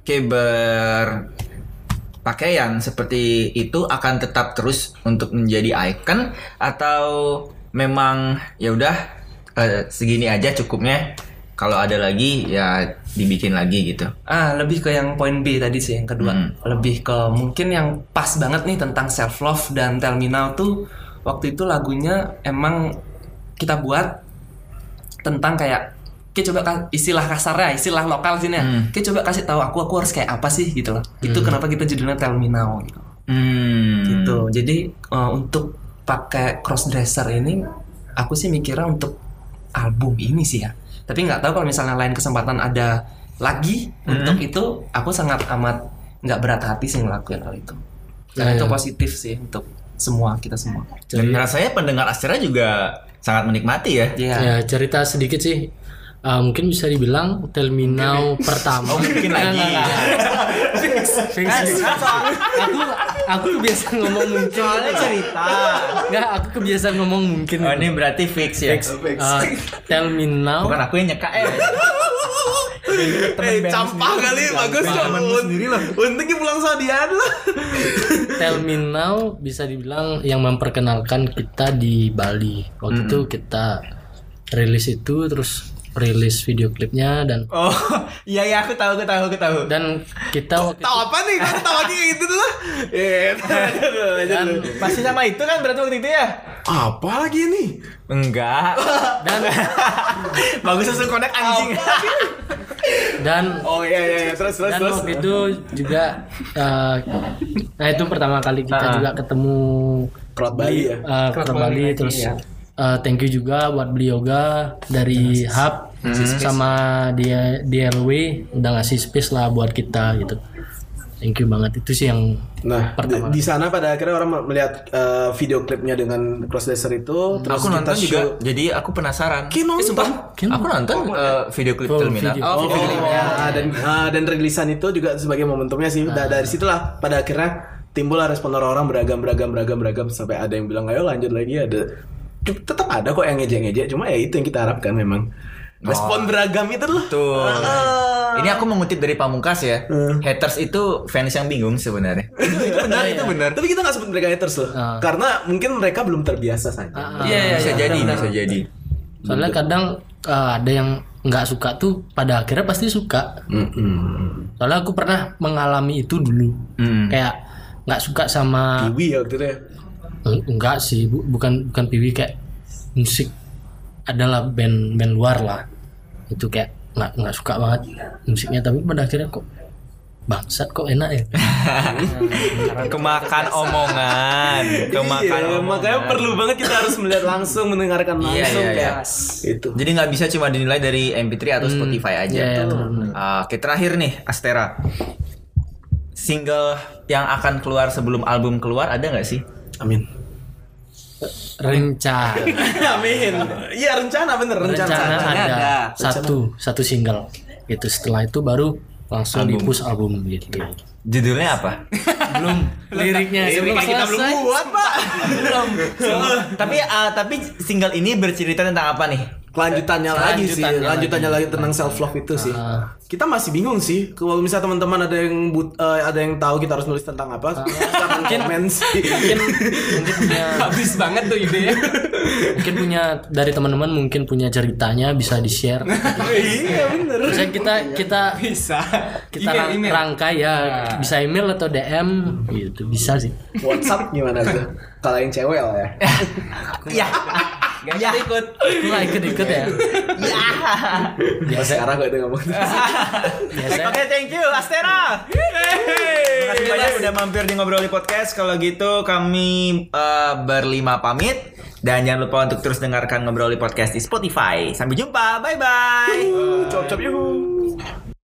kayak berpakaian seperti itu akan tetap terus untuk menjadi icon atau memang ya udah eh, segini aja cukupnya, kalau ada lagi ya dibikin lagi gitu. Ah, lebih ke yang poin B tadi sih yang kedua. Hmm. Lebih ke mungkin yang pas banget nih tentang self love dan Tell Me Now tuh waktu itu lagunya emang kita buat tentang kayak kita coba ka- istilah kasarnya, istilah lokal sini ya. Hmm. Kita coba kasih tahu aku aku harus kayak apa sih gitu loh. Itu kenapa kita judulnya Tell Me Now gitu. Hmm. Gitu. Jadi uh, untuk pakai crossdresser ini aku sih mikirnya untuk album ini sih ya. Tapi nggak tahu kalau misalnya lain kesempatan ada lagi Hmm. untuk itu, aku sangat amat nggak berat hati sih ngelakuin hal itu. Dan Ya, itu ya. positif sih untuk semua kita semua. Dan rasanya pendengar Astera juga sangat menikmati ya. Iya. Ya cerita sedikit sih. Uh, mungkin bisa dibilang Tell Me Now pertama. Oh, mungkin lagi. Enggak, enggak. Fix, fix. Aku aku kebiasaan ngomong mungkin. Soalnya cerita. Enggak, aku kebiasaan ngomong mungkin. Oh, ini berarti fix ya. Uh, Tell Me Now. Bukan aku yang nyeka eh. Eh, campah kali, bagus temenmu sendiri loh. Untungnya pulang sama Dian lah. Tell Me Now bisa dibilang yang memperkenalkan kita di Bali. Waktu itu kita rilis itu terus rilis video klipnya dan Oh, iya ya aku tahu, aku tahu, aku tahu. dan kita waktu Tahu apa nih? Kan tahu lagi kayak gitu tuh lah. Eh, dan Masih sama itu kan berarti waktu itu ya? apa lagi nih? Enggak. dan Bagus langsung connect anjing. dan Oh iya iya, iya. terus terus dan terus. waktu itu juga uh, nah itu pertama kali kita Ah. juga ketemu Crowd Bali ya. uh, Crowd ke Bali Bali lagi, terus ya. uh, thank you juga buat beli yoga dari Hub sama dia D L W udah ngasih space lah buat kita gitu. Thank you banget, itu sih yang Nah, pertama. di, di sana pada akhirnya orang melihat uh, video klipnya dengan crossdresser itu, terus Aku kita nonton juga, show- jadi aku penasaran. Ki nonton. Aku nonton eh, video klip Oh, Tell Me Now. video. Oh, Oh, video klip. ya, dan uh, dan rilisan itu juga sebagai momentumnya sih. Da- Dari situlah pada akhirnya timbullah respon orang-orang beragam beragam beragam beragam sampai ada yang bilang ayo lanjut lagi, ada tetap ada kok yang ngejek-ngejek, cuma ya itu yang kita harapkan memang. Respon beragam itu loh. Tuh. Ini aku mengutip dari Pamungkas ya. Hmm. Haters itu fans yang bingung sebenarnya. itu, itu benar, itu benar. Tapi kita nggak sebut mereka haters loh, Ah. karena mungkin mereka belum terbiasa saja. Ah, Iya, iya, Bisa iya, jadi, benar. bisa jadi. soalnya kadang uh, ada yang nggak suka tuh pada akhirnya pasti suka. Mm-mm. Soalnya aku pernah mengalami itu dulu. Hmm. Kayak nggak suka sama Kiwi ya waktu itu ya. Eh, enggak sih, bu- bukan bukan P W, kayak musik adalah band band luar lah. Itu kayak nggak nggak suka banget musiknya, tapi pada akhirnya kok bangsat kok enak ya. Kemakan omongan, kemakan Iya, omongan. makanya perlu banget kita harus melihat langsung, mendengarkan Iya, langsung iya, iya. kayak itu. Jadi nggak bisa cuma dinilai dari M P tiga atau Spotify aja. iya, iya, Tuh. benar-benar. Ah, Oke, terakhir nih Astera. Single yang akan keluar sebelum album keluar ada nggak sih? Amin. Rencana Amin. Iya rencana bener rencana. rencana rencananya ada, ada. satu satu single gitu, setelah itu baru langsung Album. di push album gitu. Judulnya apa? Belum liriknya sebelum kita belum selesai. buat pak. tapi ah, tapi single ini bercerita tentang apa nih? Kelanjutannya lagi sih, Kelanjutannya lanjutannya lagi, lagi. tentang self love itu sih. Ah. Kita masih bingung sih. Kalau misalnya teman-teman ada yang but, eh, ada yang tahu kita harus nulis tentang apa, silakan komen sih. Mungkin mungkin punya Habis banget tuh idenya. mungkin punya dari teman-teman, mungkin punya ceritanya bisa di share. Iya bener. Misalnya kita kita Bisa. kita Email, rang- email. rangkai ya, bisa email atau D M gitu, bisa sih. WhatsApp gimana tuh? Kalau yang cewek lah ya. Ya. Gak ya. ikut. Aku nggak ikut-ikut ya. Biasa sekarang gak ada ngomong. Biasa. Oke, thank you Astera. Terima kasih banyak udah mampir di Ngobrol di Podcast. Kalau gitu kami eh, berlima pamit, dan jangan lupa untuk terus dengarkan Ngobrol di Podcast di Spotify. Sampai jumpa. Bye bye. Cop cop yuhu.